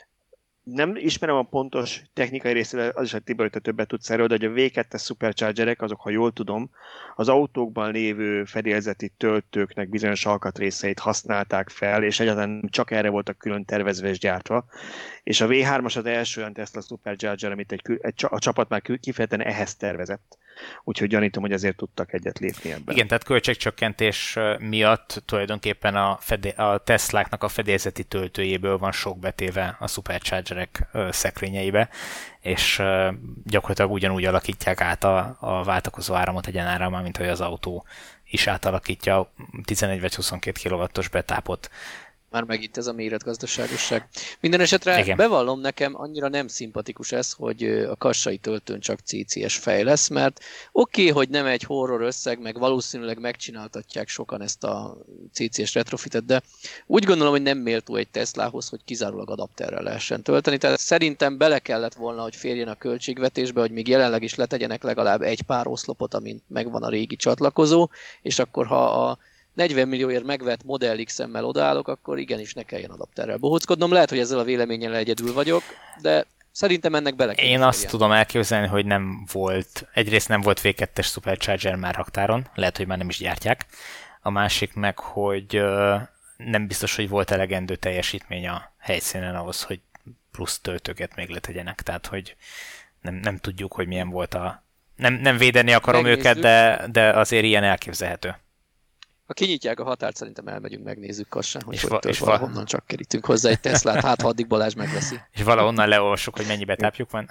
nem ismerem a pontos technikai részével, az is, hogy Tibor, te többet tudsz erről, de hogy a vé kettes Superchargerek, azok, ha jól tudom, az autókban lévő fedélzeti töltőknek bizonyos alkatrészeit használták fel, és egyáltalán csak erre voltak külön tervezve és gyártva. És a vé hármas az első olyan Tesla Supercharger, amit egy, egy, a csapat már kifejezetten ehhez tervezett. Úgyhogy gyanítom, hogy ezért tudtak egyet lépni ebben. Igen, tehát költségcsökkentés miatt tulajdonképpen a, fedé- a Tesláknak a fedélzeti töltőjéből van sok betéve a Superchargerek szekrényeibe, és gyakorlatilag ugyanúgy alakítják át a, a váltakozó áramot egyenárammal, mint hogy az autó is átalakítja a tizenegy vagy huszonkét kilowattos betápot. Már megint ez a méretgazdaságosság. Minden esetre Igen. Bevallom, nekem annyira nem szimpatikus ez, hogy a kassai töltőn csak cé cé es fej lesz, mert oké, okay, hogy nem egy horror összeg, meg valószínűleg megcsináltatják sokan ezt a cé cé es retrofitet, de úgy gondolom, hogy nem méltó egy Teslahoz, hogy kizárólag adapterrel lehessen tölteni. Tehát szerintem bele kellett volna, hogy férjen a költségvetésbe, hogy még jelenleg is letegyenek legalább egy pár oszlopot, amint megvan a régi csatlakozó, és akkor ha a negyven millióért megvett Model X-emmel odaállok, akkor igenis ne kelljen adapterrel bohóckodnom. Lehet, hogy ezzel a véleménnyel egyedül vagyok, de szerintem ennek bele kell. Én azt férjen. tudom elképzelni, hogy nem volt, egyrészt nem volt vé kettes Supercharger már raktáron, lehet, hogy már nem is gyártják. A másik meg, hogy nem biztos, hogy volt elegendő teljesítmény a helyszínen ahhoz, hogy plusz töltőket még letegyenek. Tehát, hogy nem, nem tudjuk, hogy milyen volt a... Nem, nem védeni akarom Megnézzük. őket, de, de azért ilyen elképzelhető. Ha kinyitják a határt, szerintem elmegyünk, megnézzük Kassán, hogy és hogy va- tört, és valahonnan va- csak kerítünk hozzá egy Teslát, hát ha addig Balázs megveszi. És valahonnan leolvassuk, hogy mennyi betápjuk van.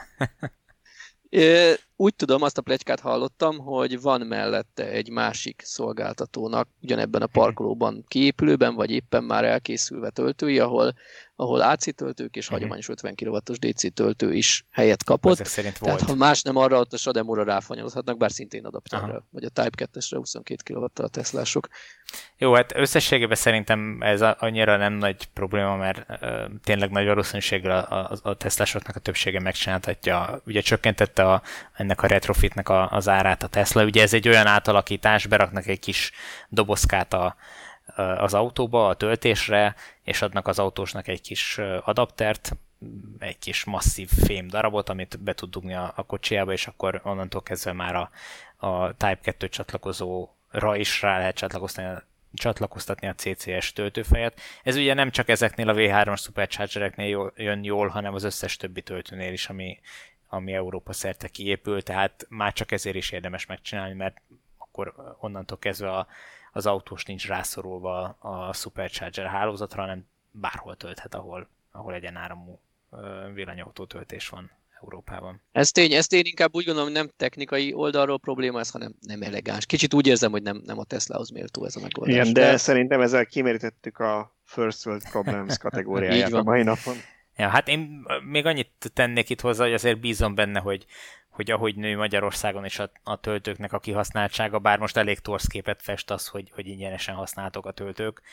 Úgy tudom, azt a pletykát hallottam, hogy van mellette egy másik szolgáltatónak, ugyanebben a parkolóban kiépülőben, vagy éppen már elkészülve töltői, ahol, ahol á cé töltők és hagyományos ötven kilowattos dé cé töltő is helyet kapott. Ezek szerint volt. Tehát ha más nem arra, ott a Sademura ráfanyolódhatnak, bár szintén adapterrel, Aha. vagy a Type kettesre huszonkét kilowattal a Teslások. Jó, hát összességében szerintem ez annyira nem nagy probléma, mert uh, tényleg nagy valószínűséggel a, a, a Teslásoknak a többsége megcsináltatja. Ugye csökkentette a, ennek a retrofitnek a, az árát a Tesla. Ugye ez egy olyan átalakítás, beraknak egy kis dobozkát a, a, az autóba, a töltésre, és adnak az autósnak egy kis adaptert, egy kis masszív fém darabot, amit be tud dugni a, a kocsijába, és akkor onnantól kezdve már a, a Type kettő csatlakozóra is rá lehet csatlakoztatni, csatlakoztatni a cé cé es töltőfejet. Ez ugye nem csak ezeknél a vé hármas Superchargereknél jön jól, hanem az összes többi töltőnél is, ami, ami Európa szerte kiépül, tehát már csak ezért is érdemes megcsinálni, mert akkor onnantól kezdve a, az autós nincs rászorulva a Supercharger hálózatra, hanem bárhol tölthet, ahol, ahol egyenáramú villanyautó töltés van Európában. Ez tény, ez tény, inkább úgy gondolom, hogy nem technikai oldalról probléma ez, hanem nem elegáns. Kicsit úgy érzem, hogy nem, nem a Teslahoz méltó ez a megoldás. Igen, de, de szerintem ezzel kimerítettük a First World Problems kategóriáját a mai napon. Ja, hát én még annyit tennék itt hozzá, hogy azért bízom benne, hogy, hogy ahogy nő Magyarországon is a, a töltőknek a kihasználtsága, bár most elég torz képet fest az, hogy, hogy ingyenesen használtok a töltők,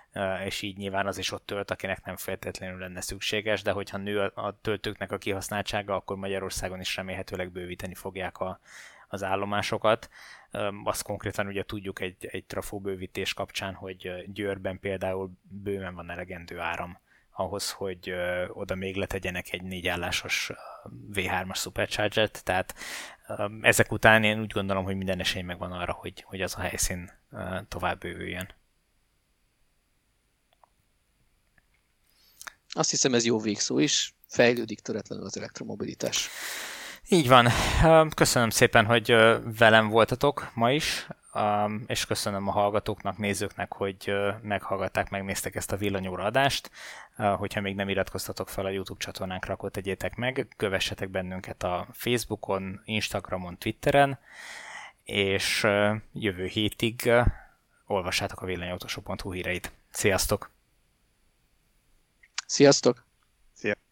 és így nyilván az is ott tölt, akinek nem feltétlenül lenne szükséges, de hogyha nő a töltőknek a kihasználtsága, akkor Magyarországon is remélhetőleg bővíteni fogják a, az állomásokat. Azt konkrétan ugye tudjuk egy, egy trafóbővítés kapcsán, hogy Győrben például bőven van elegendő áram ahhoz, hogy ö, oda még letegyenek egy négyállásos vé hármas Supercharger-t, tehát ö, ezek után én úgy gondolom, hogy minden esély megvan arra, hogy, hogy az a helyszín ö, tovább bővüljön. Azt hiszem, ez jó végszó is. Fejlődik töretlenül az elektromobilitás. Így van. Köszönöm szépen, hogy velem voltatok ma is, és köszönöm a hallgatóknak, nézőknek, hogy meghallgatták, megnéztek ezt a villanyóra adást. Hogyha még nem iratkoztatok fel a YouTube csatornánkra, akkor tegyétek meg. Kövessetek bennünket a Facebookon, Instagramon, Twitteren, és jövő hétig olvassátok a villanyautósok pont hu híreit. Sziasztok! Sziasztok! Szia!